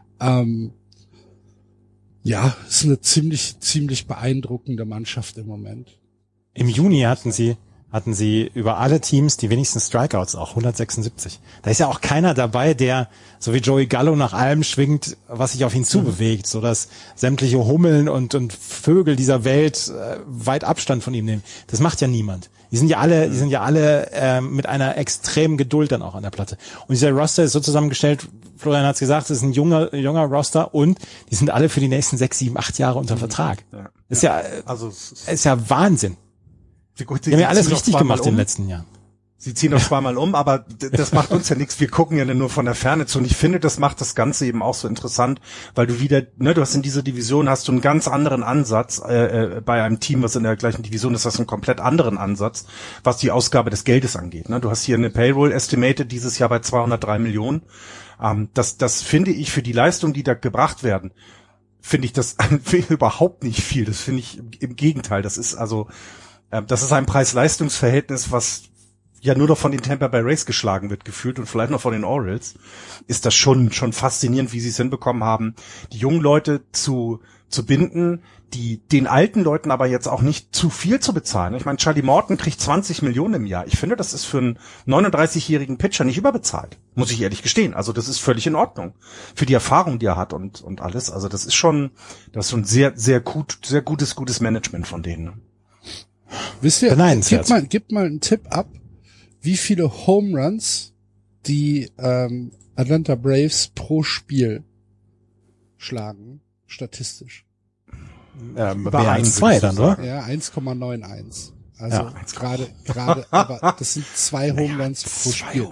Ja, ist eine ziemlich beeindruckende Mannschaft im Moment. Im Juni hatten sie über alle Teams die wenigsten Strikeouts, auch 176. Da ist ja auch keiner dabei, der so wie Joey Gallo nach allem schwingt, was sich auf ihn zubewegt, so dass sämtliche Hummeln und Vögel dieser Welt weit Abstand von ihm nehmen. Das macht ja niemand. Die sind ja alle mit einer extremen Geduld dann auch an der Platte. Und dieser Roster ist so zusammengestellt, Florian hat's gesagt, es ist ein junger Roster und die sind alle für die nächsten 6, 7, 8 Jahre unter Vertrag. Ist ja Wahnsinn. Die haben ja alles richtig gemacht in den letzten Jahren. Sie ziehen noch zweimal aber das macht uns ja nichts. Wir gucken ja nur von der Ferne zu. Und ich finde, das macht das Ganze eben auch so interessant, weil du wieder, ne, du hast in dieser Division einen ganz anderen Ansatz, bei einem Team, was in der gleichen Division ist, hast du einen komplett anderen Ansatz, was die Ausgabe des Geldes angeht. Ne? Du hast hier eine Payroll estimated dieses Jahr bei 203 Millionen. Das finde ich für die Leistung, die da gebracht werden, finde ich das überhaupt nicht viel. Das finde ich im Gegenteil. Das ist ein Preis-Leistungs-Verhältnis, was ja nur noch von den Tampa Bay Rays geschlagen wird, gefühlt, und vielleicht noch von den Orioles. Ist das schon faszinierend, wie sie es hinbekommen haben, die jungen Leute zu binden, den alten Leuten aber jetzt auch nicht zu viel zu bezahlen. Ich meine, Charlie Morton kriegt 20 Millionen im Jahr. Ich finde, das ist für einen 39-jährigen Pitcher nicht überbezahlt. Muss ich ehrlich gestehen. Also das ist völlig in Ordnung. Für die Erfahrung, die er hat und alles. Also das ist schon sehr, sehr gut, sehr gutes Management von denen. Ne? Wisst ihr, gib mal einen Tipp ab, wie viele Home Runs die Atlanta Braves pro Spiel schlagen, statistisch. Mehr als 2 dann, oder? Ja, 1,91. Also ja, gerade, aber das sind 2 Home Runs pro Spiel.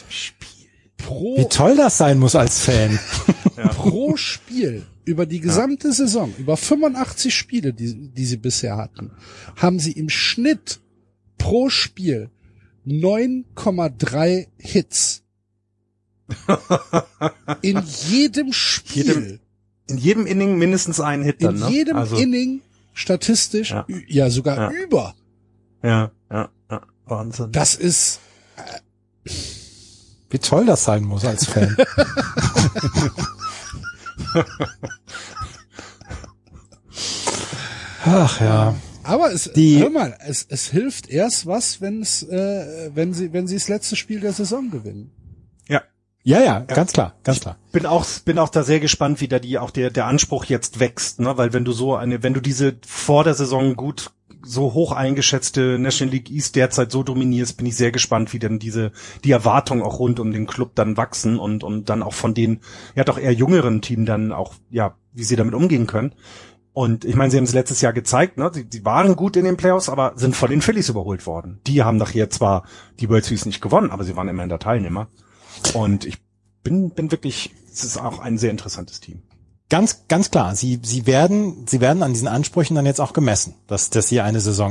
Wie toll das sein muss als Fan. Ja. Pro Spiel. Über die gesamte Saison, über 85 Spiele, die sie bisher hatten, haben sie im Schnitt pro Spiel 9,3 Hits. In jedem Spiel. In jedem Inning mindestens einen Hit dann, ne? In jedem Inning statistisch, sogar über. Ja, Wahnsinn. Das ist... Wie toll das sein muss als Fan. Ach ja. Aber hör mal, es hilft erst was, wenn sie das letzte Spiel der Saison gewinnen. Ja, ganz klar. Bin auch da sehr gespannt, wie da der Anspruch jetzt wächst, ne, weil wenn du diese vor der Saison gut so hoch eingeschätzte National League East derzeit so dominierst, bin ich sehr gespannt, wie denn die Erwartungen auch rund um den Club dann wachsen und dann auch von den doch eher jüngeren Team dann auch, wie sie damit umgehen können. Und ich meine, sie haben es letztes Jahr gezeigt, ne? Sie waren gut in den Playoffs, aber sind von den Phillies überholt worden. Die haben nachher zwar die World Series nicht gewonnen, aber sie waren immerhin der Teilnehmer. Und ich bin wirklich, es ist auch ein sehr interessantes Team. Ganz klar. Sie werden an diesen Ansprüchen dann jetzt auch gemessen, dass sie eine Saison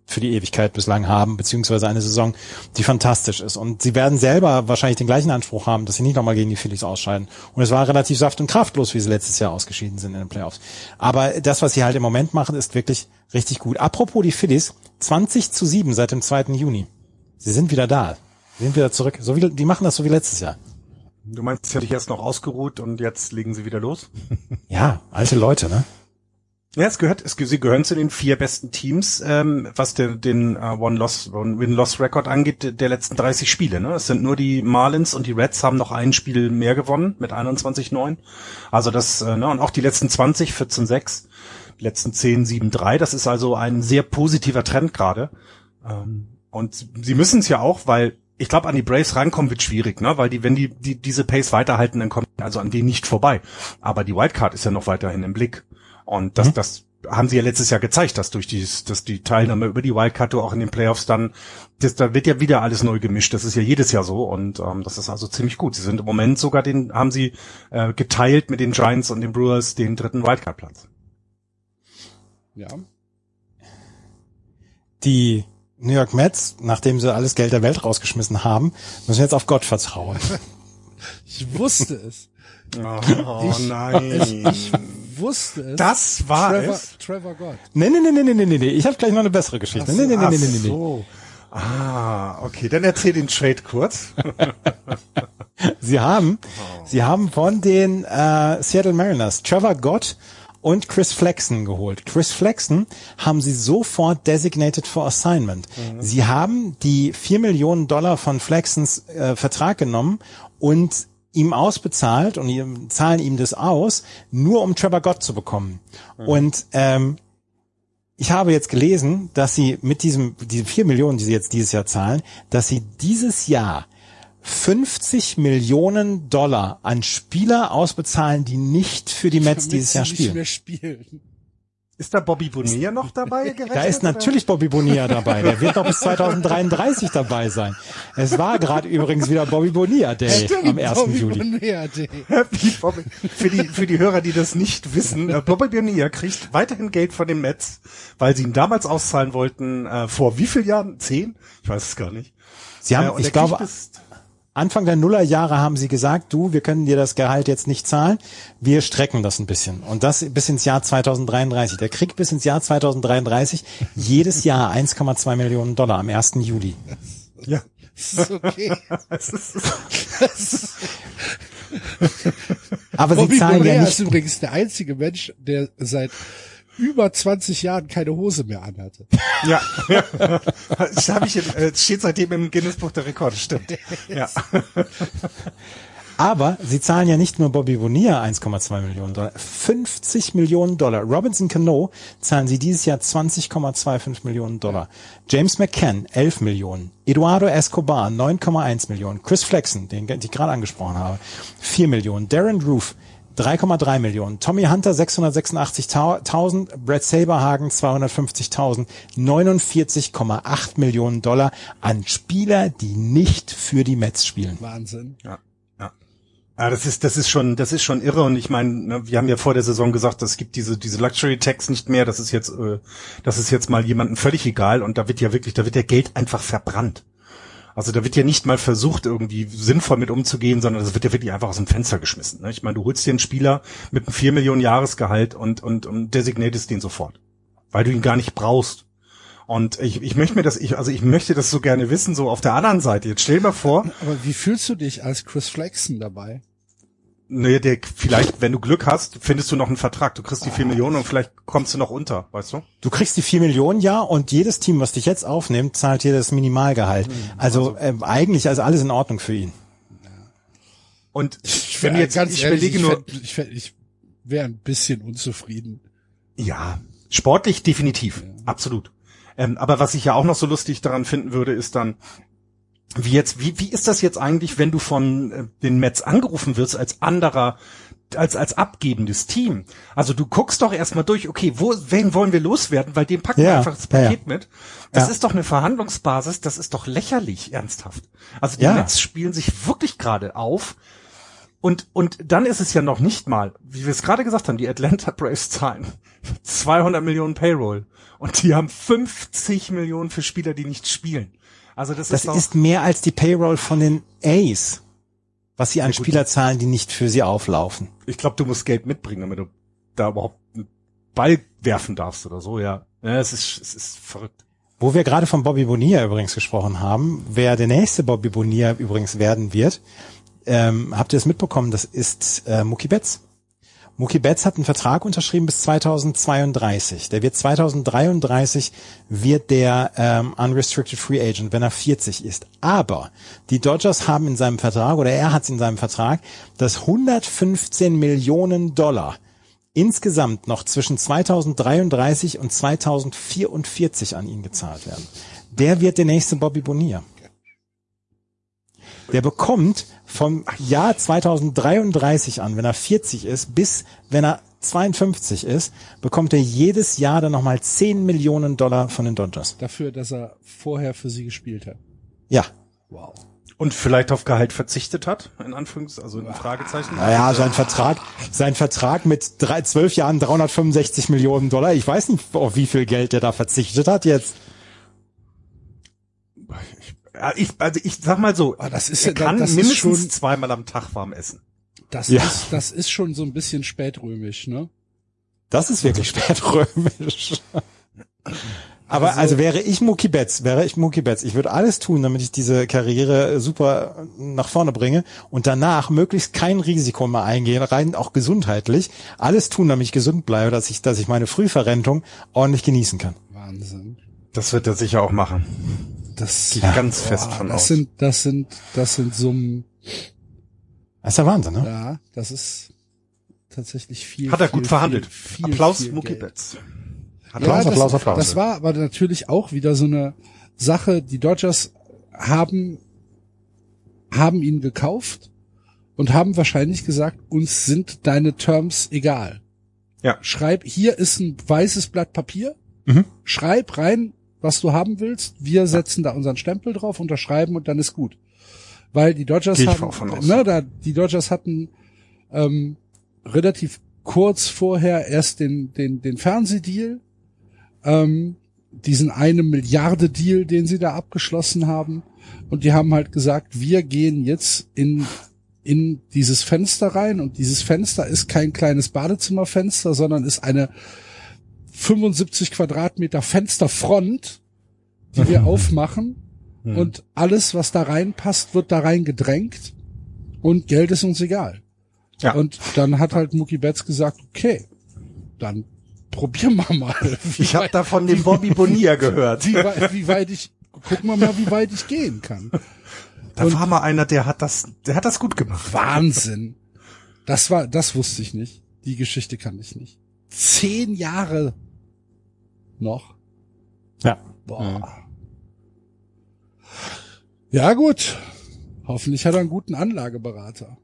für die Ewigkeit bislang haben, beziehungsweise eine Saison, die fantastisch ist. Und sie werden selber wahrscheinlich den gleichen Anspruch haben, dass sie nicht nochmal gegen die Phillies ausscheiden. Und es war relativ saft- und kraftlos, wie sie letztes Jahr ausgeschieden sind in den Playoffs. Aber das, was sie halt im Moment machen, ist wirklich richtig gut. Apropos die Phillies, 20-7 seit dem 2. Juni. Sie sind wieder da. Sie sind wieder zurück. So wie, die machen das so wie letztes Jahr. Du meinst, sie haben sich erst noch ausgeruht und jetzt legen sie wieder los? Ja, alte Leute, ne? Ja, sie gehören zu den 4 besten Teams, was den Win-Loss-Record angeht, der letzten 30 Spiele. Ne? Es sind nur die Marlins und die Reds haben noch ein Spiel mehr gewonnen mit 21-9. Also das, und auch die letzten 20, 14-6, die letzten 10, 7-3. Das ist also ein sehr positiver Trend gerade. Und sie müssen es ja auch, weil ich glaube, an die Braves rankommen wird schwierig, ne? Weil wenn die diese Pace weiterhalten, dann kommen also an denen nicht vorbei. Aber die Wildcard ist ja noch weiterhin im Blick. Und das haben sie ja letztes Jahr gezeigt, dass dass die Teilnahme über die Wildcard auch in den Playoffs dann, da wird ja wieder alles neu gemischt. Das ist ja jedes Jahr so und das ist also ziemlich gut. Sie sind im Moment sogar haben sie geteilt mit den Giants und den Brewers den 3. Wildcard-Platz. Ja. Die New York Mets, nachdem sie alles Geld der Welt rausgeschmissen haben, müssen jetzt auf Gott vertrauen. Ich wusste es. Oh nein. Ich wusste es. Das war es? Trevor Gott. Nee. Ich habe gleich noch eine bessere Geschichte. Nee. So. Ah, okay, dann erzähl den Trade kurz. Sie haben von den Seattle Mariners Trevor Gott und Chris Flexen geholt. Chris Flexen haben sie sofort designated for assignment. Sie haben die $4 Millionen von Flexens Vertrag genommen und ihm ausbezahlt und zahlen ihm das aus, nur um Trevor Gott zu bekommen. Und ich habe jetzt gelesen, dass sie mit diese 4 Millionen, die sie jetzt dieses Jahr zahlen, dass sie dieses Jahr $50 Millionen an Spieler ausbezahlen, die nicht für die Mets dieses Jahr spielen. Nicht mehr spielen. Ist da Bobby Bonilla noch dabei gerechnet? Da ist natürlich Bobby Bonilla dabei. Der wird noch bis 2033 dabei sein. Es war gerade übrigens wieder Bobby Bonilla Day am 1. Juli. Bonilla Day. Für die Hörer, die das nicht wissen, Bobby Bonilla kriegt weiterhin Geld von den Mets, weil sie ihn damals auszahlen wollten, vor wie vielen Jahren? 10? Ich weiß es gar nicht. Sie haben, ich glaube, Anfang der Nullerjahre haben sie gesagt, wir können dir das Gehalt jetzt nicht zahlen, wir strecken das ein bisschen. Und das bis ins Jahr 2033. Der kriegt bis ins Jahr 2033 jedes Jahr $1,2 Millionen am 1. Juli. Ja. Das ist okay. Aber Bobby sie zahlen Bonilla ja ist nicht. übrigens der einzige Mensch, der seit über 20 Jahren keine Hose mehr anhatte. Ja. Das steht seitdem im Guinness-Buch der Rekorde, stimmt. Ja. Aber sie zahlen ja nicht nur Bobby Bonilla $1,2 Millionen, $50 Millionen. Robinson Cano zahlen sie dieses Jahr $20,25 Millionen. James McCann 11 Millionen. Eduardo Escobar 9,1 Millionen. Chris Flexen, den ich gerade angesprochen habe, 4 Millionen. Darren Roof 3,3 Millionen. Tommy Hunter 686.000, Brett Saberhagen 250.000, $49,8 Millionen an Spieler, die nicht für die Mets spielen. Wahnsinn. Ja. Ja, das ist schon irre und ich meine, wir haben ja vor der Saison gesagt, es gibt diese Luxury Tax nicht mehr, das ist jetzt mal jemandem völlig egal und da wird ja Geld einfach verbrannt. Also da wird ja nicht mal versucht, irgendwie sinnvoll mit umzugehen, sondern das wird ja wirklich einfach aus dem Fenster geschmissen. Ne? Ich meine, du holst dir einen Spieler mit einem 4 Millionen Jahresgehalt und designatest den sofort, weil du ihn gar nicht brauchst. Und ich möchte das so gerne wissen, so auf der anderen Seite. Jetzt stell dir mal vor. Aber wie fühlst du dich als Chris Flexen dabei? Naja, vielleicht, wenn du Glück hast, findest du noch einen Vertrag. Du kriegst die 4 Millionen und vielleicht kommst du noch unter, weißt du? Du kriegst die 4 Millionen, ja, und jedes Team, was dich jetzt aufnimmt, zahlt dir das Minimalgehalt. Eigentlich alles in Ordnung für ihn. Und wenn du jetzt ganz ehrlich, ich wäre ein bisschen unzufrieden. Ja, sportlich definitiv, absolut. Aber was ich ja auch noch so lustig daran finden würde, ist dann, wie ist das jetzt eigentlich, wenn du von den Mets angerufen wirst als als abgebendes Team? Also du guckst doch erstmal durch, okay, wen wollen wir loswerden, weil dem packen wir einfach das Paket mit. Das ist doch eine Verhandlungsbasis, das ist doch lächerlich, ernsthaft. Also die Mets spielen sich wirklich gerade auf Und dann ist es ja noch nicht mal, wie wir es gerade gesagt haben, die Atlanta Braves zahlen 200 Millionen Payroll und die haben 50 Millionen für Spieler, die nicht spielen. Also das ist mehr als die Payroll von den A's, was sie an Spieler zahlen, die nicht für sie auflaufen. Ich glaube, du musst Geld mitbringen, damit du da überhaupt einen Ball werfen darfst oder so, ja. Ja, es ist verrückt. Wo wir gerade von Bobby Bonilla übrigens gesprochen haben, wer der nächste Bobby Bonilla übrigens werden wird, habt ihr es mitbekommen, das ist Mookie Betts. Mookie Betts hat einen Vertrag unterschrieben bis 2032. Der wird 2033 wird der Unrestricted Free Agent, wenn er 40 ist. Aber die Dodgers haben in seinem Vertrag, oder er hat in seinem Vertrag, dass 115 Millionen Dollar insgesamt noch zwischen 2033 und 2044 an ihn gezahlt werden. Der wird der nächste Bobby Bonilla. Der bekommt vom Jahr 2033 an, wenn er 40 ist, bis wenn er 52 ist, bekommt er jedes Jahr dann nochmal 10 Millionen Dollar von den Dodgers. Dafür, dass er vorher für sie gespielt hat. Ja. Wow. Und vielleicht auf Gehalt verzichtet hat, in also in Fragezeichen. Naja, sein Vertrag mit 12 Jahren 365 Millionen Dollar. Ich weiß nicht, auf wie viel Geld der da verzichtet hat jetzt. Ich sag mal so, das ist, er kann das mindestens ist schon, zweimal am Tag warm essen. Das ist schon so ein bisschen spätrömisch, ne? Das ist wirklich spätrömisch. Aber also wäre ich Mookie Betts, ich würde alles tun, damit ich diese Karriere super nach vorne bringe und danach möglichst kein Risiko mehr eingehen, rein auch gesundheitlich, alles tun, damit ich gesund bleibe, dass ich meine Frühverrentung ordentlich genießen kann. Wahnsinn. Das wird er sicher auch machen. Das gehe ich ganz fest von aus. Das sind Summen. Das ist der Wahnsinn, ne? Ja, das ist tatsächlich viel. Hat er gut verhandelt. Applaus, Mookie Betts. Applaus. Das war aber natürlich auch wieder so eine Sache. Die Dodgers haben ihn gekauft und haben wahrscheinlich gesagt, uns sind deine Terms egal. Ja. Schreib, hier ist ein weißes Blatt Papier. Schreib rein, was du haben willst. Wir setzen da unseren Stempel drauf, unterschreiben und dann ist gut. Weil die Dodgers die Dodgers hatten relativ kurz vorher erst den Fernsehdeal, diesen 1 Milliarde Deal, den sie da abgeschlossen haben, und die haben halt gesagt, wir gehen jetzt in dieses Fenster rein, und dieses Fenster ist kein kleines Badezimmerfenster, sondern ist eine 75 Quadratmeter Fensterfront, die wir aufmachen, und alles, was da reinpasst, wird da reingedrängt, und Geld ist uns egal. Ja. Und dann hat halt Mookie Betts gesagt, okay, dann probieren wir mal. Ich habe da von dem Bobby Bonilla gehört. Gucken wir mal, wie weit ich gehen kann. Da war mal einer, der hat das gut gemacht. Wahnsinn. Das wusste ich nicht. Die Geschichte kannte ich nicht. 10 Jahre noch. Ja. Boah. Ja, gut. Hoffentlich hat er einen guten Anlageberater.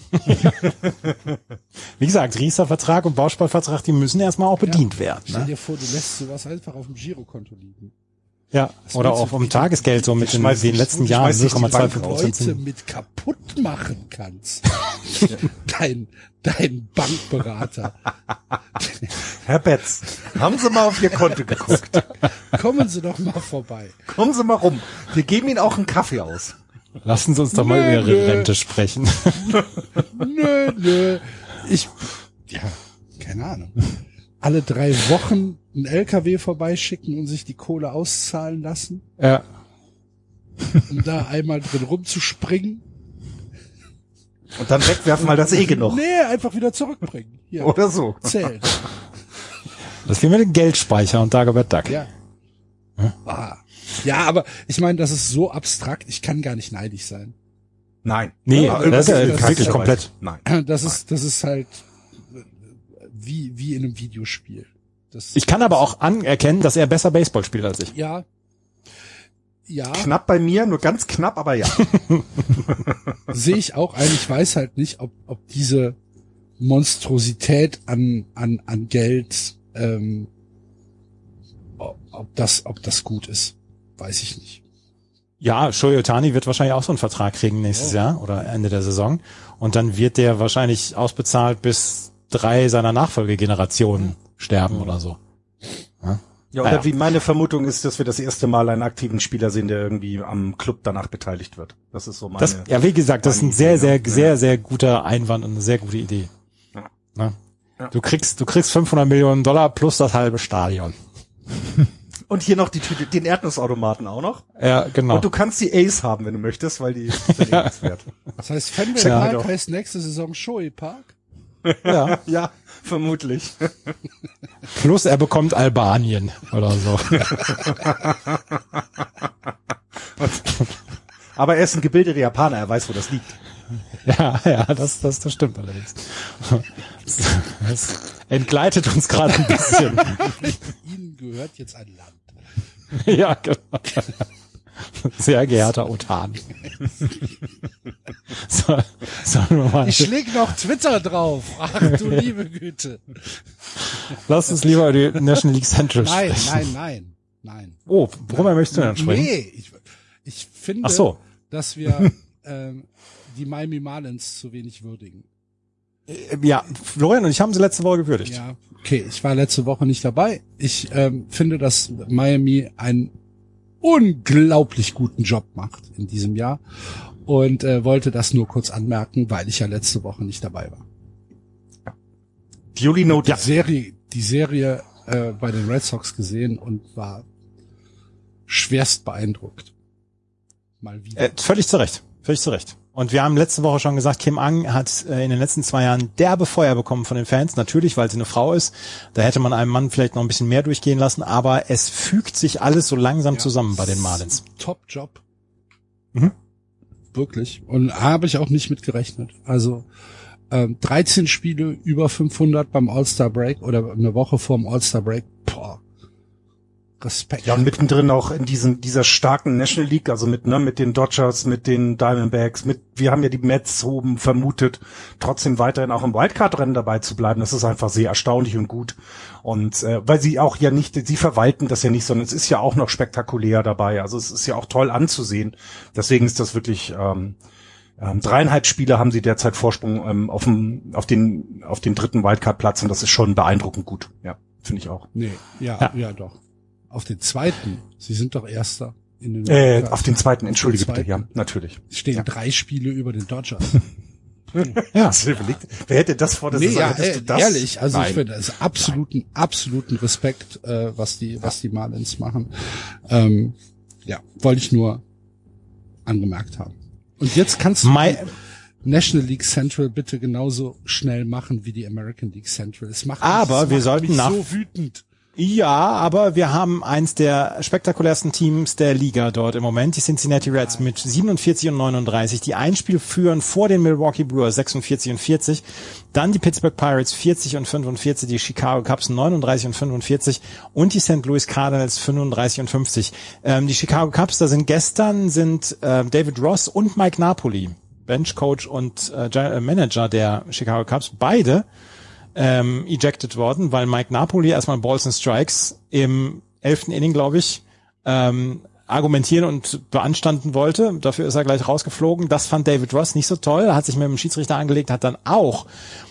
Wie gesagt, Riester-Vertrag und Bausparvertrag, die müssen erstmal auch bedient werden. Ne? Stell dir vor, du lässt sowas einfach auf dem Girokonto liegen. Ja, oder auch vom Tagesgeld, so mit wie in den letzten Jahren 0,25%. Heute mit kaputt machen kannst. Dein Bankberater. Herr Betts, haben Sie mal auf Ihr Konto geguckt? Kommen Sie doch mal vorbei. Kommen Sie mal rum. Wir geben Ihnen auch einen Kaffee aus. Lassen Sie uns doch mal über Ihre Rente sprechen. Nö. Keine Ahnung. Alle 3 Wochen einen LKW vorbeischicken und sich die Kohle auszahlen lassen. Ja. Um da einmal drin rumzuspringen. Und dann wegwerfen, weil das genug. Nee, einfach wieder zurückbringen. Hier. Oder so. Zählen. Das wie mit dem Geldspeicher und Dagobert Duck. Ja. Ja, aber ich meine, das ist so abstrakt, ich kann gar nicht neidisch sein. Nein. Nee, Ja, das ist das wirklich ist komplett. Nein. Das ist halt wie in einem Videospiel. Ich kann aber auch anerkennen, dass er besser Baseball spielt als ich. Ja. Knapp bei mir, nur ganz knapp, aber ja. Sehe ich auch ein. Ich weiß halt nicht, ob diese Monstrosität an Geld, ob das gut ist. Weiß ich nicht. Ja, Shohei Ohtani wird wahrscheinlich auch so einen Vertrag kriegen nächstes Jahr oder Ende der Saison. Und dann wird der wahrscheinlich ausbezahlt, bis 3 seiner Nachfolgegenerationen sterben oder so. Ja, oder wie meine Vermutung ist, dass wir das erste Mal einen aktiven Spieler sehen, der irgendwie am Club danach beteiligt wird. Das ist so meine. Wie gesagt, das ist ein sehr guter Einwand und eine sehr gute Idee. Ja. Ja. Du kriegst $500 Millionen plus das halbe Stadion. Und hier noch die Tüte, den Erdnussautomaten auch noch. Ja, genau. Und du kannst die Ace haben, wenn du möchtest, weil die sind wert. Das heißt, Fenway Park heißt nächste Saison Shohei Park? Ja. Ja, vermutlich. Plus er bekommt Albanien oder so. Aber er ist ein gebildeter Japaner, er weiß, wo das liegt. Ja, das stimmt allerdings. Das entgleitet uns gerade ein bisschen. Ihnen gehört jetzt ein Land. Ja, genau. Sehr geehrter Ohtani. Ich leg noch Twitter drauf. Ach du liebe Güte. Lass uns lieber über die National League Central sprechen. Nein. Oh, worüber möchtest du denn sprechen? Nee, ich finde, dass wir die Miami Marlins zu wenig würdigen. Ja, Florian und ich haben sie letzte Woche gewürdigt. Ja, okay, ich war letzte Woche nicht dabei. Ich finde, dass Miami einen unglaublich guten Job macht in diesem Jahr und wollte das nur kurz anmerken, weil ich ja letzte Woche nicht dabei war. Duly noted. Die Serie bei den Red Sox gesehen und war schwerst beeindruckt. Mal wieder. Völlig zu Recht. Und wir haben letzte Woche schon gesagt, Kim Ang hat in den letzten 2 Jahren derbe Feuer bekommen von den Fans. Natürlich, weil sie eine Frau ist. Da hätte man einem Mann vielleicht noch ein bisschen mehr durchgehen lassen. Aber es fügt sich alles so langsam zusammen bei den Marlins. Top-Job. Wirklich. Und habe ich auch nicht mit gerechnet. Also 13 Spiele über 500 beim All-Star-Break oder eine Woche vorm All-Star-Break. Boah. Respekt. Ja, und mittendrin auch in dieser starken National League, also mit den Dodgers, mit den Diamondbacks, wir haben ja die Mets oben vermutet, trotzdem weiterhin auch im Wildcard-Rennen dabei zu bleiben. Das ist einfach sehr erstaunlich und gut. Und weil sie auch ja nicht, sie verwalten das ja nicht, sondern es ist ja auch noch spektakulär dabei. Also es ist ja auch toll anzusehen. Deswegen ist das wirklich 3,5 Spiele haben sie derzeit Vorsprung auf den 3. Wildcard-Platz und das ist schon beeindruckend gut. Ja, finde ich auch. Nee, ja, doch. Auf den 2. Sie sind doch Erster. In den auf den 2. Entschuldige bitte, ja, natürlich. Stehen 3 Spiele über den Dodgers. Ja. Wer hätte das vor der Saison? Hättest du das? Ehrlich, also Nein. ich finde das absoluten Respekt, was die Marlins machen. Wollte ich nur angemerkt haben. Und jetzt kannst du die National League Central bitte genauso schnell machen wie die American League Central. Es macht mich so wütend. Ja, aber wir haben eins der spektakulärsten Teams der Liga dort im Moment, die Cincinnati Reds mit 47 und 39, die ein Spiel führen vor den Milwaukee Brewers 46 und 40, dann die Pittsburgh Pirates 40 und 45, die Chicago Cubs 39 und 45 und die St. Louis Cardinals 35 und 50. Die Chicago Cubs, da sind David Ross und Mike Napoli, Benchcoach und Manager der Chicago Cubs, beide ejected worden, weil Mike Napoli erstmal Balls and Strikes im 11. Inning, glaube ich, argumentieren und beanstanden wollte. Dafür ist er gleich rausgeflogen. Das fand David Ross nicht so toll. Er hat sich mit dem Schiedsrichter angelegt, ist dann auch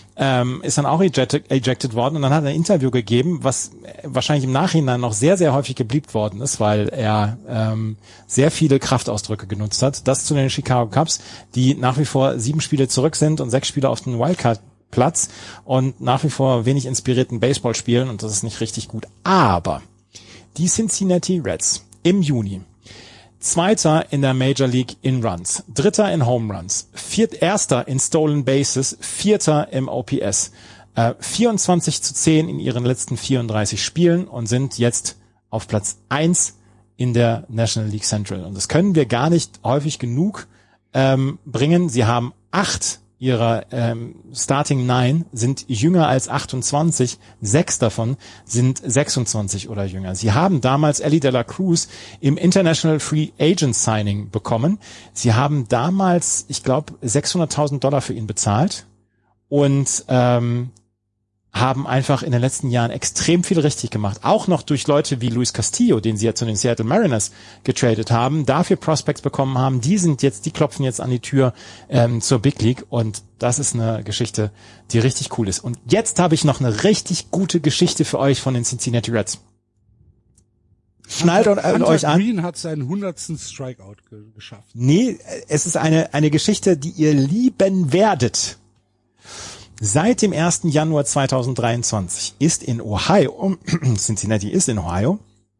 ejected worden und dann hat er ein Interview gegeben, was wahrscheinlich im Nachhinein noch sehr, sehr häufig gebliept worden ist, weil er sehr viele Kraftausdrücke genutzt hat. Das zu den Chicago Cubs, die nach wie vor 7 Spiele zurück sind und 6 Spiele auf den Wildcard-Platz und nach wie vor wenig inspirierten Baseball spielen und das ist nicht richtig gut. Aber die Cincinnati Reds im Juni, 2. in der Major League in Runs, 3. in Home Runs, 1. in Stolen Bases, 4. im OPS, 24-10 in ihren letzten 34 Spielen und sind jetzt auf Platz 1 in der National League Central. Und das können wir gar nicht häufig genug bringen. Sie haben 8 ihrer Starting 9 sind jünger als 28, 6 davon sind 26 oder jünger. Sie haben damals Elly De La Cruz im International Free Agent Signing bekommen. Sie haben damals, ich glaube, $600,000 für ihn bezahlt und haben einfach in den letzten Jahren extrem viel richtig gemacht. Auch noch durch Leute wie Luis Castillo, den sie ja zu den Seattle Mariners getradet haben, dafür Prospects bekommen haben. Die klopfen jetzt an die Tür zur Big League und das ist eine Geschichte, die richtig cool ist. Und jetzt habe ich noch eine richtig gute Geschichte für euch von den Cincinnati Reds. Schnallt euch an. Green hat seinen 100. Strikeout geschafft. Nee, es ist eine Geschichte, die ihr lieben werdet. Seit dem 1. Januar 2023 ist in Ohio, Cincinnati ist in Ohio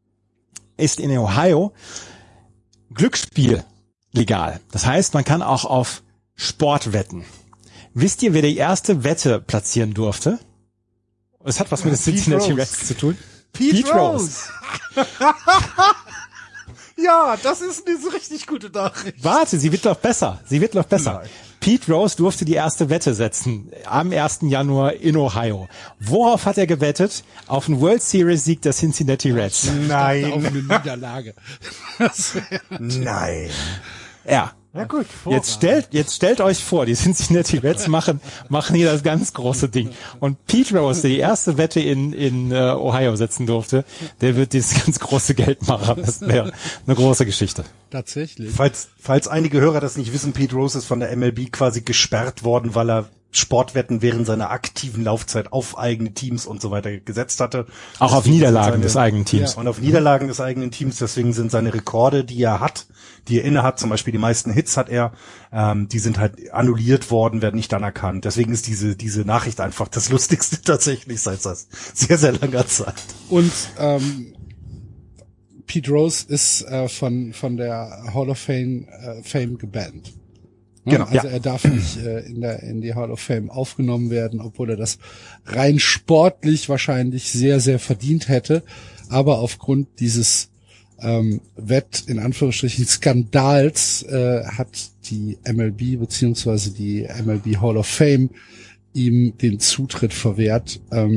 Glücksspiel legal. Das heißt, man kann auch auf Sport wetten. Wisst ihr, wer die erste Wette platzieren durfte? Es hat was mit den Cincinnati Reds zu tun. Pete Rose. Ja, das ist eine richtig gute Nachricht. Warte, sie wird noch besser. Nein. Pete Rose durfte die erste Wette setzen am 1. Januar in Ohio. Worauf hat er gewettet? Auf einen World Series Sieg der Cincinnati Reds. Auf eine Niederlage. Nein. Ja. Ja gut. Jetzt stellt euch vor, die Cincinnati Reds machen hier das ganz große Ding. Und Pete Rose, der die erste Wette in Ohio setzen durfte, der wird dieses ganz große Geld machen. Das wäre eine große Geschichte. Tatsächlich. Falls einige Hörer das nicht wissen, Pete Rose ist von der MLB quasi gesperrt worden, weil er Sportwetten während seiner aktiven Laufzeit auf eigene Teams und so weiter gesetzt hatte. Auch auf Niederlagen des eigenen Teams. Ja. Und auf Niederlagen des eigenen Teams, deswegen sind seine Rekorde, die er inne hat, zum Beispiel die meisten Hits hat er, die sind halt annulliert worden, werden nicht anerkannt. Deswegen ist diese Nachricht einfach das Lustigste tatsächlich seit sehr, sehr langer Zeit. Und Pete Rose ist von der Hall of Fame gebannt. Genau. Also er darf nicht in die Hall of Fame aufgenommen werden, obwohl er das rein sportlich wahrscheinlich sehr, sehr verdient hätte. Aber aufgrund dieses in Anführungsstrichen Skandals hat die MLB beziehungsweise die MLB Hall of Fame ihm den Zutritt verwehrt.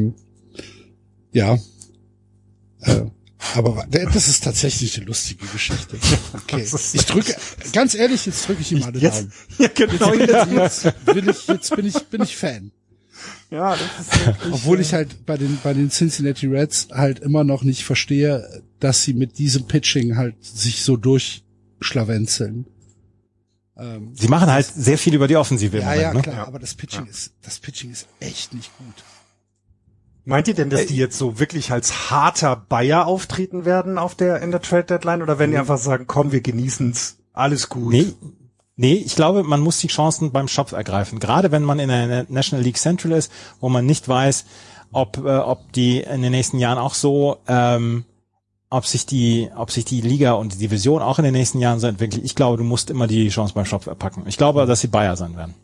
Aber das ist tatsächlich eine lustige Geschichte. Okay. Ganz ehrlich, jetzt drücke ich ihm alle Daumen. Ja, genau. Jetzt bin ich Fan. Ja, das ist wirklich, obwohl ich halt bei den Cincinnati Reds halt immer noch nicht verstehe, dass sie mit diesem Pitching halt sich so durchschlawenzeln. Sie machen halt sehr viel über die Offensive im Moment, ja, ne? klar, aber das Pitching ist echt nicht gut. Meint ihr denn, dass die jetzt so wirklich als harter Bayer auftreten werden in der Trade Deadline, oder werden die einfach sagen, komm, wir genießen's, alles gut? Nee, ich glaube, man muss die Chancen beim Schopf ergreifen. Gerade wenn man in der National League Central ist, wo man nicht weiß, ob die in den nächsten Jahren auch so, ob sich die Liga und die Division auch in den nächsten Jahren so entwickelt. Ich glaube, du musst immer die Chance beim Schopf erpacken. Ich glaube, dass sie Bayer sein werden.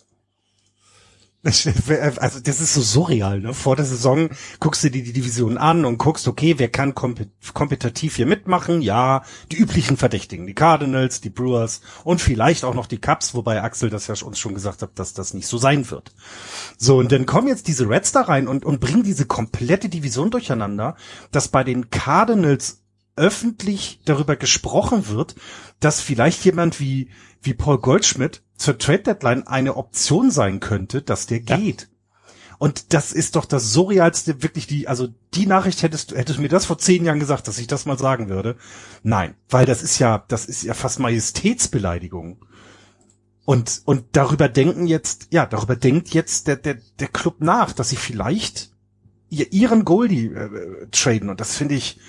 Also das ist so surreal, ne? Vor der Saison guckst du dir die Division an und guckst, okay, wer kann kompetitiv hier mitmachen? Ja, die üblichen Verdächtigen, die Cardinals, die Brewers und vielleicht auch noch die Cubs, wobei Axel das ja uns schon gesagt hat, dass das nicht so sein wird. So, und dann kommen jetzt diese Reds da rein und bringen diese komplette Division durcheinander, dass bei den Cardinals öffentlich darüber gesprochen wird, dass vielleicht jemand wie Paul Goldschmidt zur Trade Deadline eine Option sein könnte, dass der geht. Und das ist doch das surrealste, wirklich die Nachricht hättest du mir das vor 10 Jahren gesagt, dass ich das mal sagen würde. Nein, weil das ist ja fast Majestätsbeleidigung. Und darüber denkt jetzt der Club nach, dass sie vielleicht ihren Goldie traden, und das finde ich,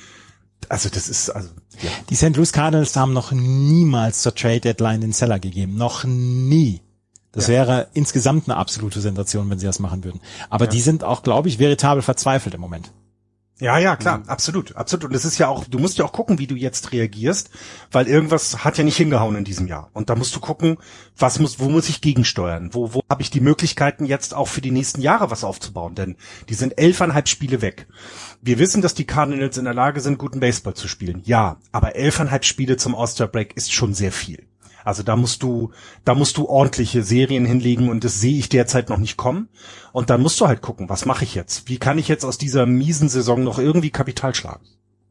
Die St. Louis Cardinals haben noch niemals zur Trade Deadline den Seller gegeben. Noch nie. Das wäre insgesamt eine absolute Sensation, wenn sie das machen würden. Aber die sind auch, glaube ich, veritabel verzweifelt im Moment. Ja, klar, absolut. Und es ist ja auch, du musst ja auch gucken, wie du jetzt reagierst, weil irgendwas hat ja nicht hingehauen in diesem Jahr. Und da musst du gucken, wo muss ich gegensteuern? Wo habe ich die Möglichkeiten jetzt auch für die nächsten Jahre was aufzubauen? Denn die sind 11,5 Spiele weg. Wir wissen, dass die Cardinals in der Lage sind, guten Baseball zu spielen. Ja, aber 11,5 Spiele zum All-Star Break ist schon sehr viel. Also da musst du ordentliche Serien hinlegen, und das sehe ich derzeit noch nicht kommen. Und dann musst du halt gucken, was mache ich jetzt? Wie kann ich jetzt aus dieser miesen Saison noch irgendwie Kapital schlagen?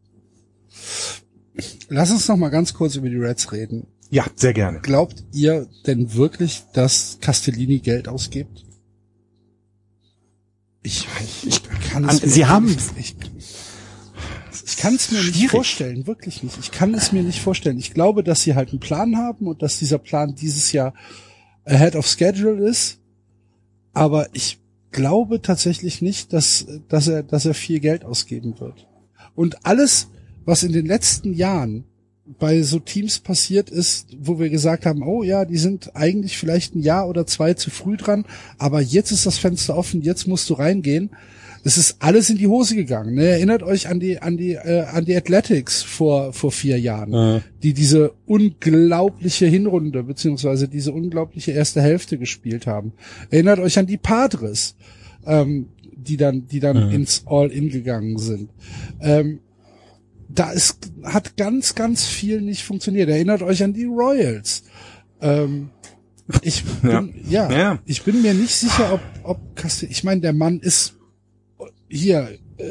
Lass uns noch mal ganz kurz über die Reds reden. Ja, sehr gerne. Glaubt ihr denn wirklich, dass Castellini Geld ausgibt? Ich kann es Sie haben... Ich kann es mir nicht vorstellen, wirklich nicht. Ich kann es mir nicht vorstellen. Ich glaube, dass sie halt einen Plan haben und dass dieser Plan dieses Jahr ahead of schedule ist. Aber ich glaube tatsächlich nicht, dass er viel Geld ausgeben wird. Und alles, was in den letzten Jahren bei so Teams passiert ist, wo wir gesagt haben, oh ja, die sind eigentlich vielleicht ein Jahr oder zwei zu früh dran, aber jetzt ist das Fenster offen, jetzt musst du reingehen. Es ist alles in die Hose gegangen. Ne? Erinnert euch an die Athletics vor 4 Jahren, die diese unglaubliche Hinrunde beziehungsweise diese unglaubliche erste Hälfte gespielt haben. Erinnert euch an die Padres, die dann ins All-In gegangen sind. Hat ganz, ganz viel nicht funktioniert. Erinnert euch an die Royals. Ich bin mir nicht sicher, ob Castell, ich meine, der Mann ist hier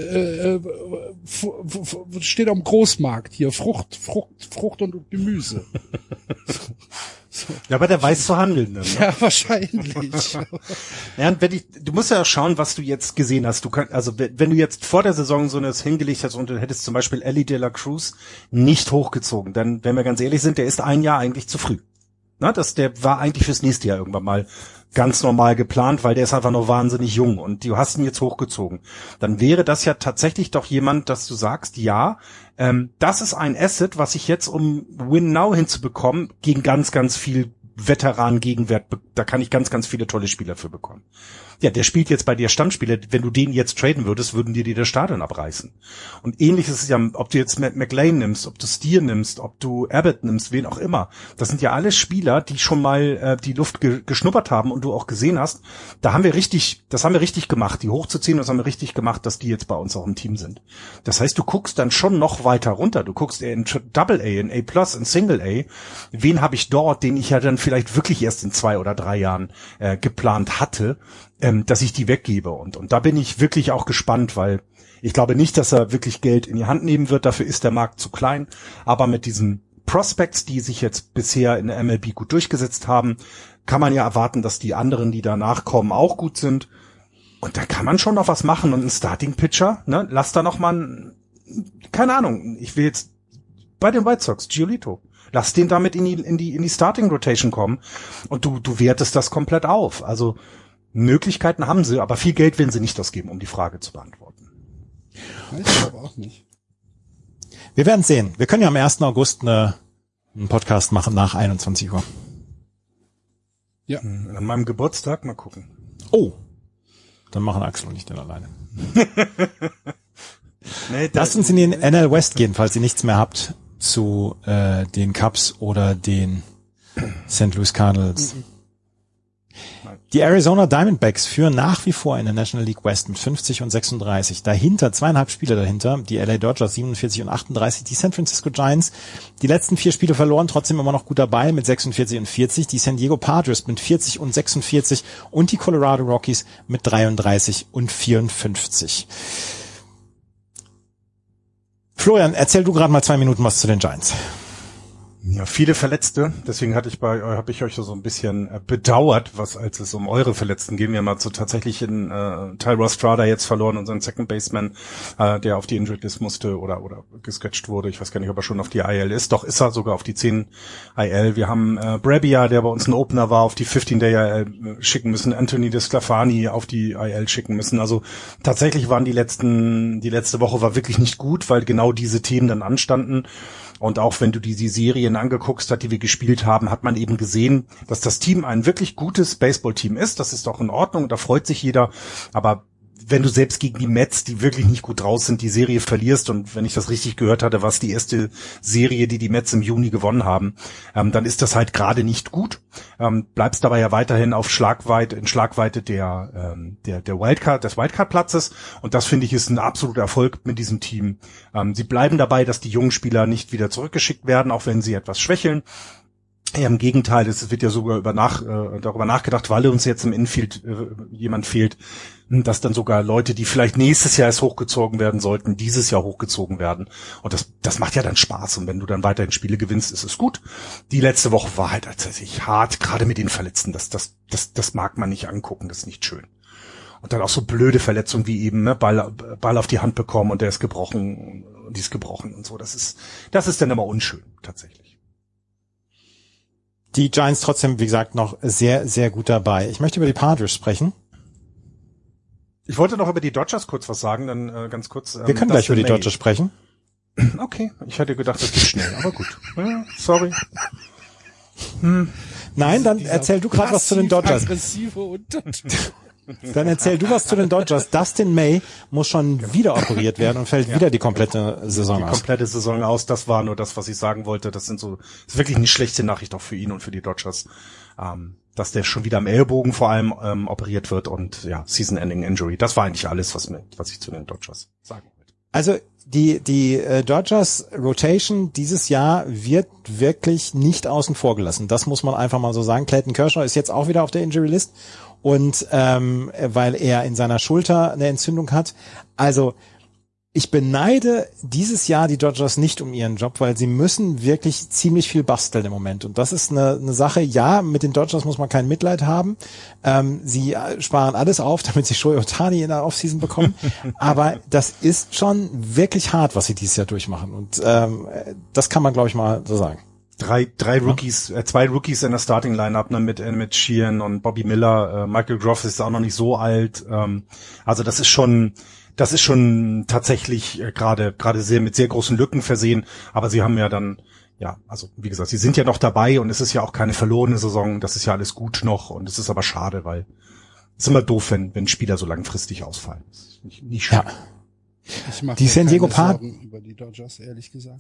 steht am Großmarkt hier Frucht und Gemüse. So. Ja, aber der weiß zu handeln. Ne? Ja, wahrscheinlich. Ja, und du musst ja schauen, was du jetzt gesehen hast. Wenn du jetzt vor der Saison so etwas hingelegt hast und du hättest zum Beispiel Elly De La Cruz nicht hochgezogen, dann, wenn wir ganz ehrlich sind, der ist ein Jahr eigentlich zu früh. Na, der war eigentlich fürs nächste Jahr irgendwann mal ganz normal geplant, weil der ist einfach noch wahnsinnig jung und du hast ihn jetzt hochgezogen. Dann wäre das ja tatsächlich doch jemand, dass du sagst, ja, das ist ein Asset, was ich jetzt, um Win Now hinzubekommen, gegen ganz, ganz viel Veteran-Gegenwert, da kann ich ganz, ganz viele tolle Spieler für bekommen. Ja, der spielt jetzt bei dir Stammspieler. Wenn du den jetzt traden würdest, würden dir das Stadion abreißen. Und ähnlich ist es ja, ob du jetzt McLean nimmst, ob du Steer nimmst, ob du Abbott nimmst, wen auch immer. Das sind ja alles Spieler, die schon mal die Luft geschnuppert haben und du auch gesehen hast, das haben wir richtig gemacht, die hochzuziehen, das haben wir richtig gemacht, dass die jetzt bei uns auch im Team sind. Das heißt, du guckst dann schon noch weiter runter. Du guckst in Double A, in A+, in Single A. Wen habe ich dort, den ich ja dann vielleicht wirklich erst in 2 oder 3 Jahren geplant hatte, dass ich die weggebe. Und da bin ich wirklich auch gespannt, weil ich glaube nicht, dass er wirklich Geld in die Hand nehmen wird. Dafür ist der Markt zu klein. Aber mit diesen Prospects, die sich jetzt bisher in der MLB gut durchgesetzt haben, kann man ja erwarten, dass die anderen, die danach kommen, auch gut sind. Und da kann man schon noch was machen. Und ein Starting-Pitcher, ne, lass da noch mal keine Ahnung, ich will jetzt bei den White Sox, Giolito. Lass den damit in die Starting Rotation kommen. Und du wertest das komplett auf. Also, Möglichkeiten haben sie, aber viel Geld werden sie nicht ausgeben, um die Frage zu beantworten. Ich glaube auch nicht. Wir werden sehen. Wir können ja am 1. August einen Podcast machen nach 21 Uhr. Ja. An meinem Geburtstag mal gucken. Oh. Dann machen Axel und ich den alleine. Nee, lasst uns in den NL West gehen, falls ihr nichts mehr habt zu den Cubs oder den St. Louis Cardinals. Die Arizona Diamondbacks führen nach wie vor in der National League West mit 50 und 36. Dahinter, 2,5 Spiele dahinter, die LA Dodgers 47 und 38, die San Francisco Giants, die letzten 4 Spiele verloren, trotzdem immer noch gut dabei mit 46 und 40, die San Diego Padres mit 40 und 46 und die Colorado Rockies mit 33 und 54. Florian, erzähl du gerade mal 2 Minuten was zu den Giants. Ja, viele Verletzte, deswegen habe ich euch so ein bisschen bedauert, als es um eure Verletzten ging. Wir haben also tatsächlich in Thairo Estrada jetzt verloren, unseren Second Baseman, der auf die Injured List musste oder gescratcht wurde. Ich weiß gar nicht, ob er schon auf die IL ist. Doch ist er sogar auf die 10 IL. Wir haben Brabia, der bei uns ein Opener war, auf die 15-Day IL schicken müssen. Anthony DeSclafani auf die IL schicken müssen. Also tatsächlich waren die letzte Woche war wirklich nicht gut, weil genau diese Themen dann anstanden. Und auch wenn du die Serien angeguckt hast, die wir gespielt haben, hat man eben gesehen, dass das Team ein wirklich gutes Baseballteam ist. Das ist auch in Ordnung, da freut sich jeder. Aber wenn du selbst gegen die Mets, die wirklich nicht gut draus sind, die Serie verlierst, und wenn ich das richtig gehört hatte, war es die erste Serie, die Mets im Juni gewonnen haben, dann ist das halt gerade nicht gut. Bleibst dabei ja weiterhin in Schlagweite der des Wildcard-Platzes, und das finde ich ist ein absoluter Erfolg mit diesem Team. Sie bleiben dabei, dass die jungen Spieler nicht wieder zurückgeschickt werden, auch wenn sie etwas schwächeln. Ja, im Gegenteil, es wird ja sogar darüber nachgedacht, weil uns jetzt im Infield jemand fehlt, dass dann sogar Leute, die vielleicht nächstes Jahr erst hochgezogen werden sollten, dieses Jahr hochgezogen werden. Und das macht ja dann Spaß. Und wenn du dann weiterhin Spiele gewinnst, ist es gut. Die letzte Woche war halt tatsächlich hart, gerade mit den Verletzten. Das mag man nicht angucken, das ist nicht schön. Und dann auch so blöde Verletzungen wie eben, ne, Ball auf die Hand bekommen und der ist gebrochen und die ist gebrochen und so. Das ist dann immer unschön, tatsächlich. Die Giants trotzdem, wie gesagt, noch sehr, sehr gut dabei. Ich möchte über die Padres sprechen. Ich wollte noch über die Dodgers kurz was sagen, dann ganz kurz. Wir können gleich über die Dodgers sprechen. Okay, ich hätte gedacht, das geht schnell, aber gut. Ja, sorry. Nein, dann erzähl du gerade was zu den Dodgers. Dann erzähl du was zu den Dodgers. Dustin May muss schon wieder operiert werden und fällt wieder die komplette Saison aus. Die komplette Saison aus, das war nur das, was ich sagen wollte. Das ist wirklich eine schlechte Nachricht auch für ihn und für die Dodgers, dass der schon wieder am Ellbogen vor allem operiert wird und ja, Season-Ending Injury. Das war eigentlich alles, was ich zu den Dodgers sagen wollte. Also die Dodgers Rotation dieses Jahr wird wirklich nicht außen vor gelassen. Das muss man einfach mal so sagen. Clayton Kershaw ist jetzt auch wieder auf der Injury List und weil er in seiner Schulter eine Entzündung hat. Also ich beneide dieses Jahr die Dodgers nicht um ihren Job, weil sie müssen wirklich ziemlich viel basteln im Moment. Und das ist eine Sache, ja, mit den Dodgers muss man kein Mitleid haben. Sie sparen alles auf, damit sie Shohei Ohtani in der Offseason bekommen. Aber das ist schon wirklich hart, was sie dieses Jahr durchmachen. Und das kann man, glaube ich, mal so sagen. Zwei Rookies in der Starting Lineup, ne, mit Sheehan und Bobby Miller. Michael Groff ist auch noch nicht so alt. Also das ist schon tatsächlich gerade mit sehr großen Lücken versehen, aber sie haben ja dann, ja, also wie gesagt, sie sind ja noch dabei und es ist ja auch keine verlorene Saison, das ist ja alles gut noch und es ist aber schade, weil es ist immer doof, wenn Spieler so langfristig ausfallen. Das ist nicht schön. Ja. Ich mache die San Diego Sorgen über die Dodgers, ehrlich gesagt.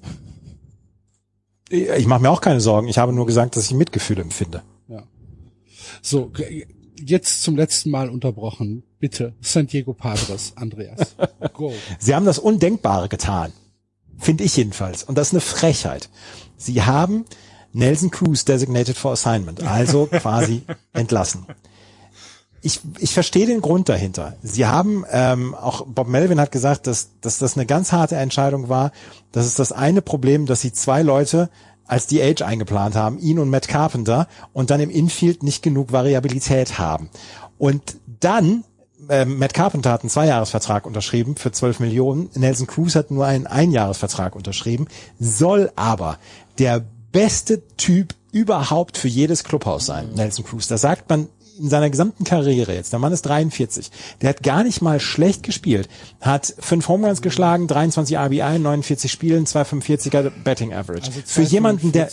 Ich mache mir auch keine Sorgen, ich habe nur gesagt, dass ich Mitgefühl empfinde. Ja. So, jetzt zum letzten Mal unterbrochen. Bitte, San Diego Padres, Andreas. Go. Sie haben das Undenkbare getan. Finde ich jedenfalls. Und das ist eine Frechheit. Sie haben Nelson Cruz designated for assignment, also quasi entlassen. Ich verstehe den Grund dahinter. Sie haben, auch Bob Melvin hat gesagt, dass das eine ganz harte Entscheidung war. Das ist das eine Problem, dass sie zwei Leute als DH eingeplant haben, ihn und Matt Carpenter, und dann im Infield nicht genug Variabilität haben. Und dann, Matt Carpenter hat einen 2-Jahres-Vertrag unterschrieben für 12 Millionen, Nelson Cruz hat nur einen 1-Jahres-Vertrag unterschrieben, soll aber der beste Typ überhaupt für jedes Clubhaus sein, Nelson Cruz. Da sagt man in seiner gesamten Karriere jetzt, der Mann ist 43, der hat gar nicht mal schlecht gespielt, hat 5 Home Runs geschlagen, 23 RBI, 49 Spielen, 2,45er Batting Average. Also für jemanden, der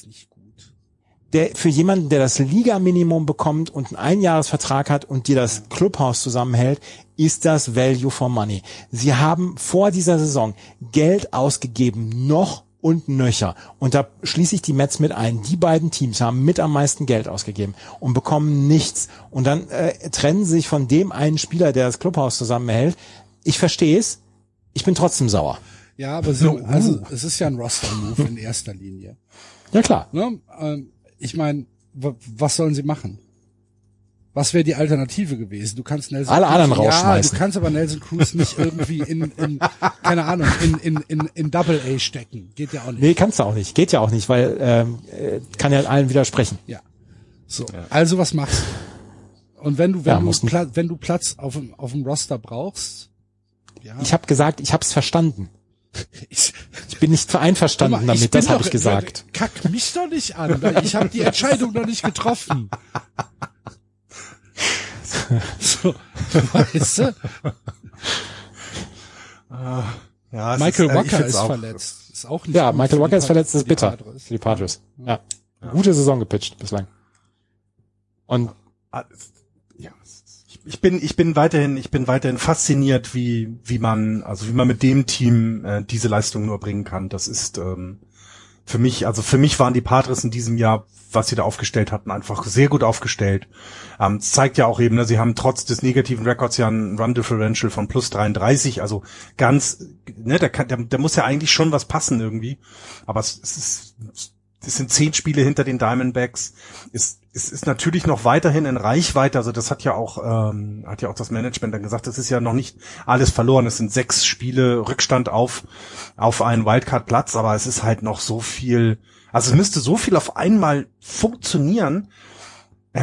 das Liga-Minimum bekommt und einen 1-Jahres-Vertrag hat und dir das Clubhaus zusammenhält, ist das Value for Money. Sie haben vor dieser Saison Geld ausgegeben, noch und nöcher. Und da schließe ich die Mets mit ein. Die beiden Teams haben mit am meisten Geld ausgegeben und bekommen nichts. Und dann trennen sie sich von dem einen Spieler, der das Clubhaus zusammenhält. Ich verstehe es. Ich bin trotzdem sauer. Ja, aber es ist ja ein Roster-Move in erster Linie. Ja, klar. Ne? Ich meine, was sollen sie machen? Was wäre die Alternative gewesen? Du kannst Nelson alle Cruz, anderen rausschmeißen. Du kannst aber Nelson Cruz nicht irgendwie in keine Ahnung, in Double A stecken. Geht ja auch nicht. Nee, kannst du auch nicht. Geht ja auch nicht, weil kann ja allen widersprechen. Ja. So, also was machst du? Und wenn du Platz auf dem Roster brauchst, ja. Ich habe gesagt, ich habe es verstanden. Ich bin nicht einverstanden damit, das habe ich gesagt. Kack mich doch nicht an. Ich habe die Entscheidung noch nicht getroffen. So, weißt du? Ja, Michael Walker ist verletzt. Ist auch nicht. Ja, Michael Walker ist verletzt, ist bitter für die Padres. Ja. Gute Saison gepitcht bislang. Und ja, ich bin weiterhin fasziniert, wie man mit dem Team diese Leistung nur bringen kann. Das ist für mich waren die Padres in diesem Jahr, was sie da aufgestellt hatten, einfach sehr gut aufgestellt. Es zeigt ja auch eben, ne, sie haben trotz des negativen Records ja ein Run Differential von plus 33, also ganz, ne, da muss ja eigentlich schon was passen irgendwie. Aber es sind 10 Spiele hinter den Diamondbacks. Es ist natürlich noch weiterhin in Reichweite, also das hat ja auch das Management dann gesagt, das ist ja noch nicht alles verloren. Es sind 6 Spiele Rückstand auf einen Wildcard-Platz, aber es ist halt noch so viel, also es müsste so viel auf einmal funktionieren.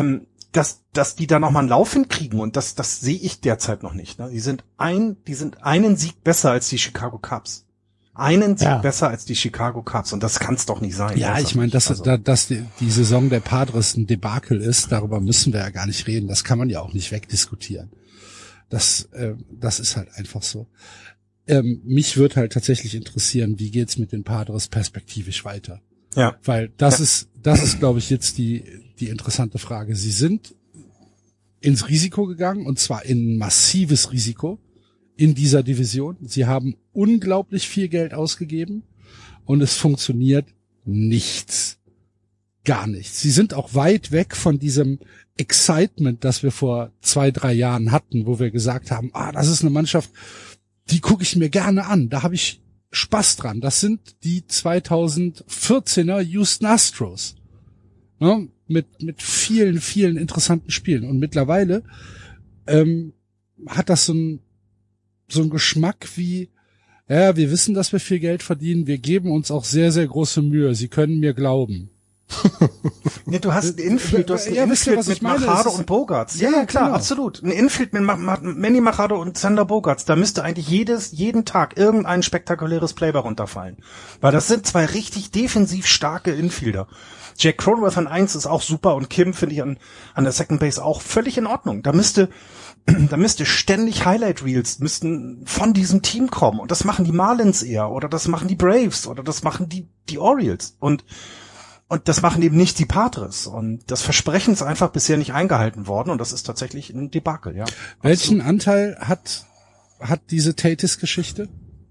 dass die da noch mal einen Lauf hinkriegen und das sehe ich derzeit noch nicht. Ne? Die sind einen Sieg besser als die Chicago Cubs. Einen Sieg besser als die Chicago Cubs und das kann es doch nicht sein. Ja, ich meine, dass die Saison der Padres ein Debakel ist, darüber müssen wir ja gar nicht reden. Das kann man ja auch nicht wegdiskutieren. Das ist halt einfach so. Mich würde halt tatsächlich interessieren, wie geht's mit den Padres perspektivisch weiter? Ja. Weil das ist, glaube ich, jetzt die interessante Frage. Sie sind ins Risiko gegangen und zwar in ein massives Risiko in dieser Division. Sie haben unglaublich viel Geld ausgegeben und es funktioniert nichts. Gar nichts. Sie sind auch weit weg von diesem Excitement, das wir vor 2-3 Jahren hatten, wo wir gesagt haben, das ist eine Mannschaft, die gucke ich mir gerne an. Da habe ich Spaß dran. Das sind die 2014er Houston Astros. Ne? Mit vielen, vielen interessanten Spielen. Und mittlerweile hat das so ein Geschmack wie, ja, wir wissen, dass wir viel Geld verdienen, wir geben uns auch sehr, sehr große Mühe. Sie können mir glauben. Nee, du hast ein Infield, mit Machado und Bogarts. Ja, klar, genau. Absolut. Ein Infield mit Manny Machado und Xander Bogaerts, da müsste eigentlich jeden Tag irgendein spektakuläres Play bei runterfallen. Weil das sind zwei richtig defensiv starke Infielder. Jack Cronenworth an 1 ist auch super und Kim finde ich an der Second Base auch völlig in Ordnung. Da müsste ständig Highlight Reels müssten von diesem Team kommen und das machen die Marlins eher oder das machen die Braves oder das machen die Orioles und das machen eben nicht die Padres. Und das Versprechen ist einfach bisher nicht eingehalten worden. Und das ist tatsächlich ein Debakel, ja. Welchen Anteil hat diese Tatis-Geschichte?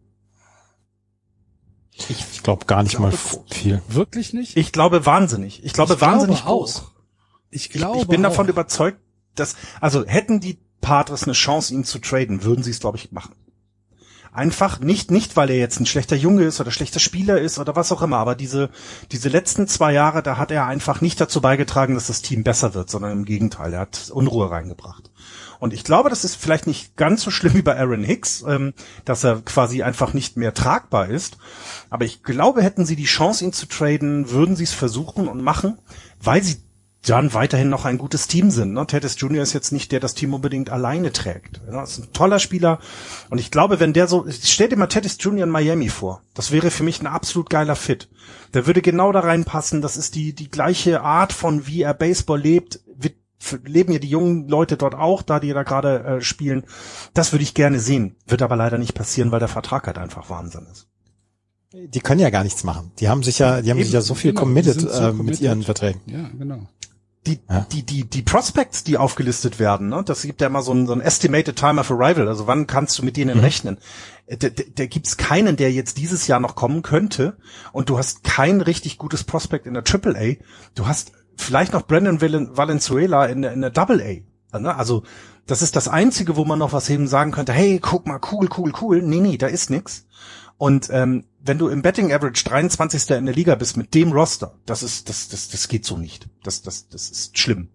Ich glaube gar nicht mal viel. Wirklich nicht? Ich glaube wahnsinnig. Ich glaube wahnsinnig groß. Auch. Ich bin davon überzeugt, dass, also hätten die Padres eine Chance, ihn zu traden, würden sie es, glaube ich, machen. Einfach nicht, weil er jetzt ein schlechter Junge ist oder schlechter Spieler ist oder was auch immer, aber diese letzten 2 Jahre, da hat er einfach nicht dazu beigetragen, dass das Team besser wird, sondern im Gegenteil, er hat Unruhe reingebracht. Und ich glaube, das ist vielleicht nicht ganz so schlimm wie bei Aaron Hicks, dass er quasi einfach nicht mehr tragbar ist, aber ich glaube, hätten sie die Chance, ihn zu traden, würden sie es versuchen und machen, weil sie dann weiterhin noch ein gutes Team sind. Ne? Tatis Jr. ist jetzt nicht der das Team unbedingt alleine trägt. Ja, ist ein toller Spieler. Und ich glaube, wenn der so, stell dir mal Tatis Jr. in Miami vor. Das wäre für mich ein absolut geiler Fit. Der würde genau da reinpassen. Das ist die gleiche Art von, wie er Baseball lebt. Leben ja die jungen Leute dort auch, da die da gerade spielen. Das würde ich gerne sehen. Wird aber leider nicht passieren, weil der Vertrag halt einfach Wahnsinn ist. Die können ja gar nichts machen. Die haben sich ja so viel committed mit ihren Verträgen. Ja, genau. Die Prospects, die aufgelistet werden, ne, das gibt ja immer so ein Estimated Time of Arrival, also wann kannst du mit denen rechnen? Da gibt's keinen, der jetzt dieses Jahr noch kommen könnte und du hast kein richtig gutes Prospect in der AAA. Du hast vielleicht noch Brandon Valenzuela in der AA. Ne? Also das ist das Einzige, wo man noch was eben sagen könnte, hey, guck mal, cool. Nee, da ist nix. Und wenn du im Betting Average 23. in der Liga bist mit dem Roster, das geht so nicht. Das ist schlimm.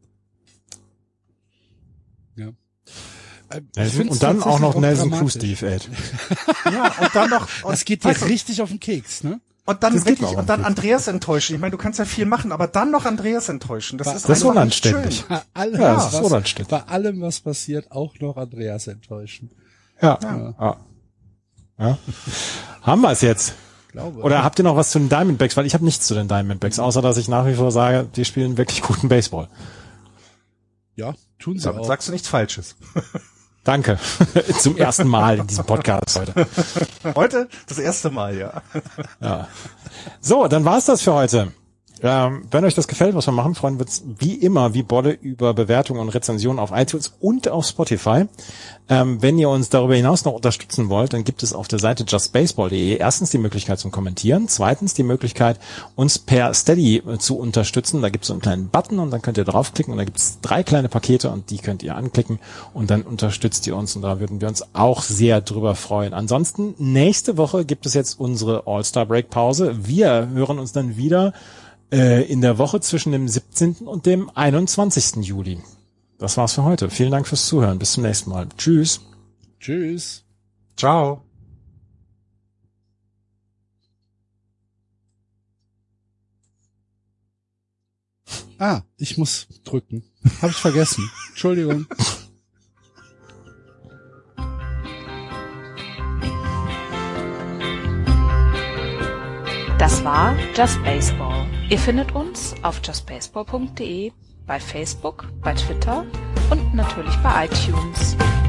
Ja. Und dann auch noch Nelson Cruz, Steve Ed. Ja, und dann noch. Das geht dir richtig auf den Keks, ne? Und dann Andreas enttäuschen. Ich meine, du kannst ja viel machen, aber dann noch Andreas enttäuschen. Das ist unanständig. Bei allem, was passiert, auch noch Andreas enttäuschen. Ja. Haben wir es jetzt? Glaube. Oder habt ihr noch was zu den Diamondbacks? Weil ich habe nichts zu den Diamondbacks, außer dass ich nach wie vor sage, die spielen wirklich guten Baseball. Ja, tun sie Damit auch. sagst du nichts Falsches. Danke. Zum ersten Mal in diesem Podcast heute. Heute das erste Mal, ja. Ja. So, dann war's das für heute. Wenn euch das gefällt, was wir machen, freuen wir uns wie immer, wie Bolle, über Bewertungen und Rezensionen auf iTunes und auf Spotify. Wenn ihr uns darüber hinaus noch unterstützen wollt, dann gibt es auf der Seite justbaseball.de erstens die Möglichkeit zum Kommentieren, zweitens die Möglichkeit, uns per Steady zu unterstützen. Da gibt es so einen kleinen Button und dann könnt ihr draufklicken und da gibt es 3 kleine Pakete und die könnt ihr anklicken und dann unterstützt ihr uns und da würden wir uns auch sehr drüber freuen. Ansonsten, nächste Woche gibt es jetzt unsere All-Star-Break-Pause. Wir hören uns dann wieder in der Woche zwischen dem 17. und dem 21. Juli. Das war's für heute. Vielen Dank fürs Zuhören. Bis zum nächsten Mal. Tschüss. Tschüss. Ciao. Ich muss drücken. Hab ich vergessen. Entschuldigung. Das war Just Baseball. Ihr findet uns auf justbaseball.de, bei Facebook, bei Twitter und natürlich bei iTunes.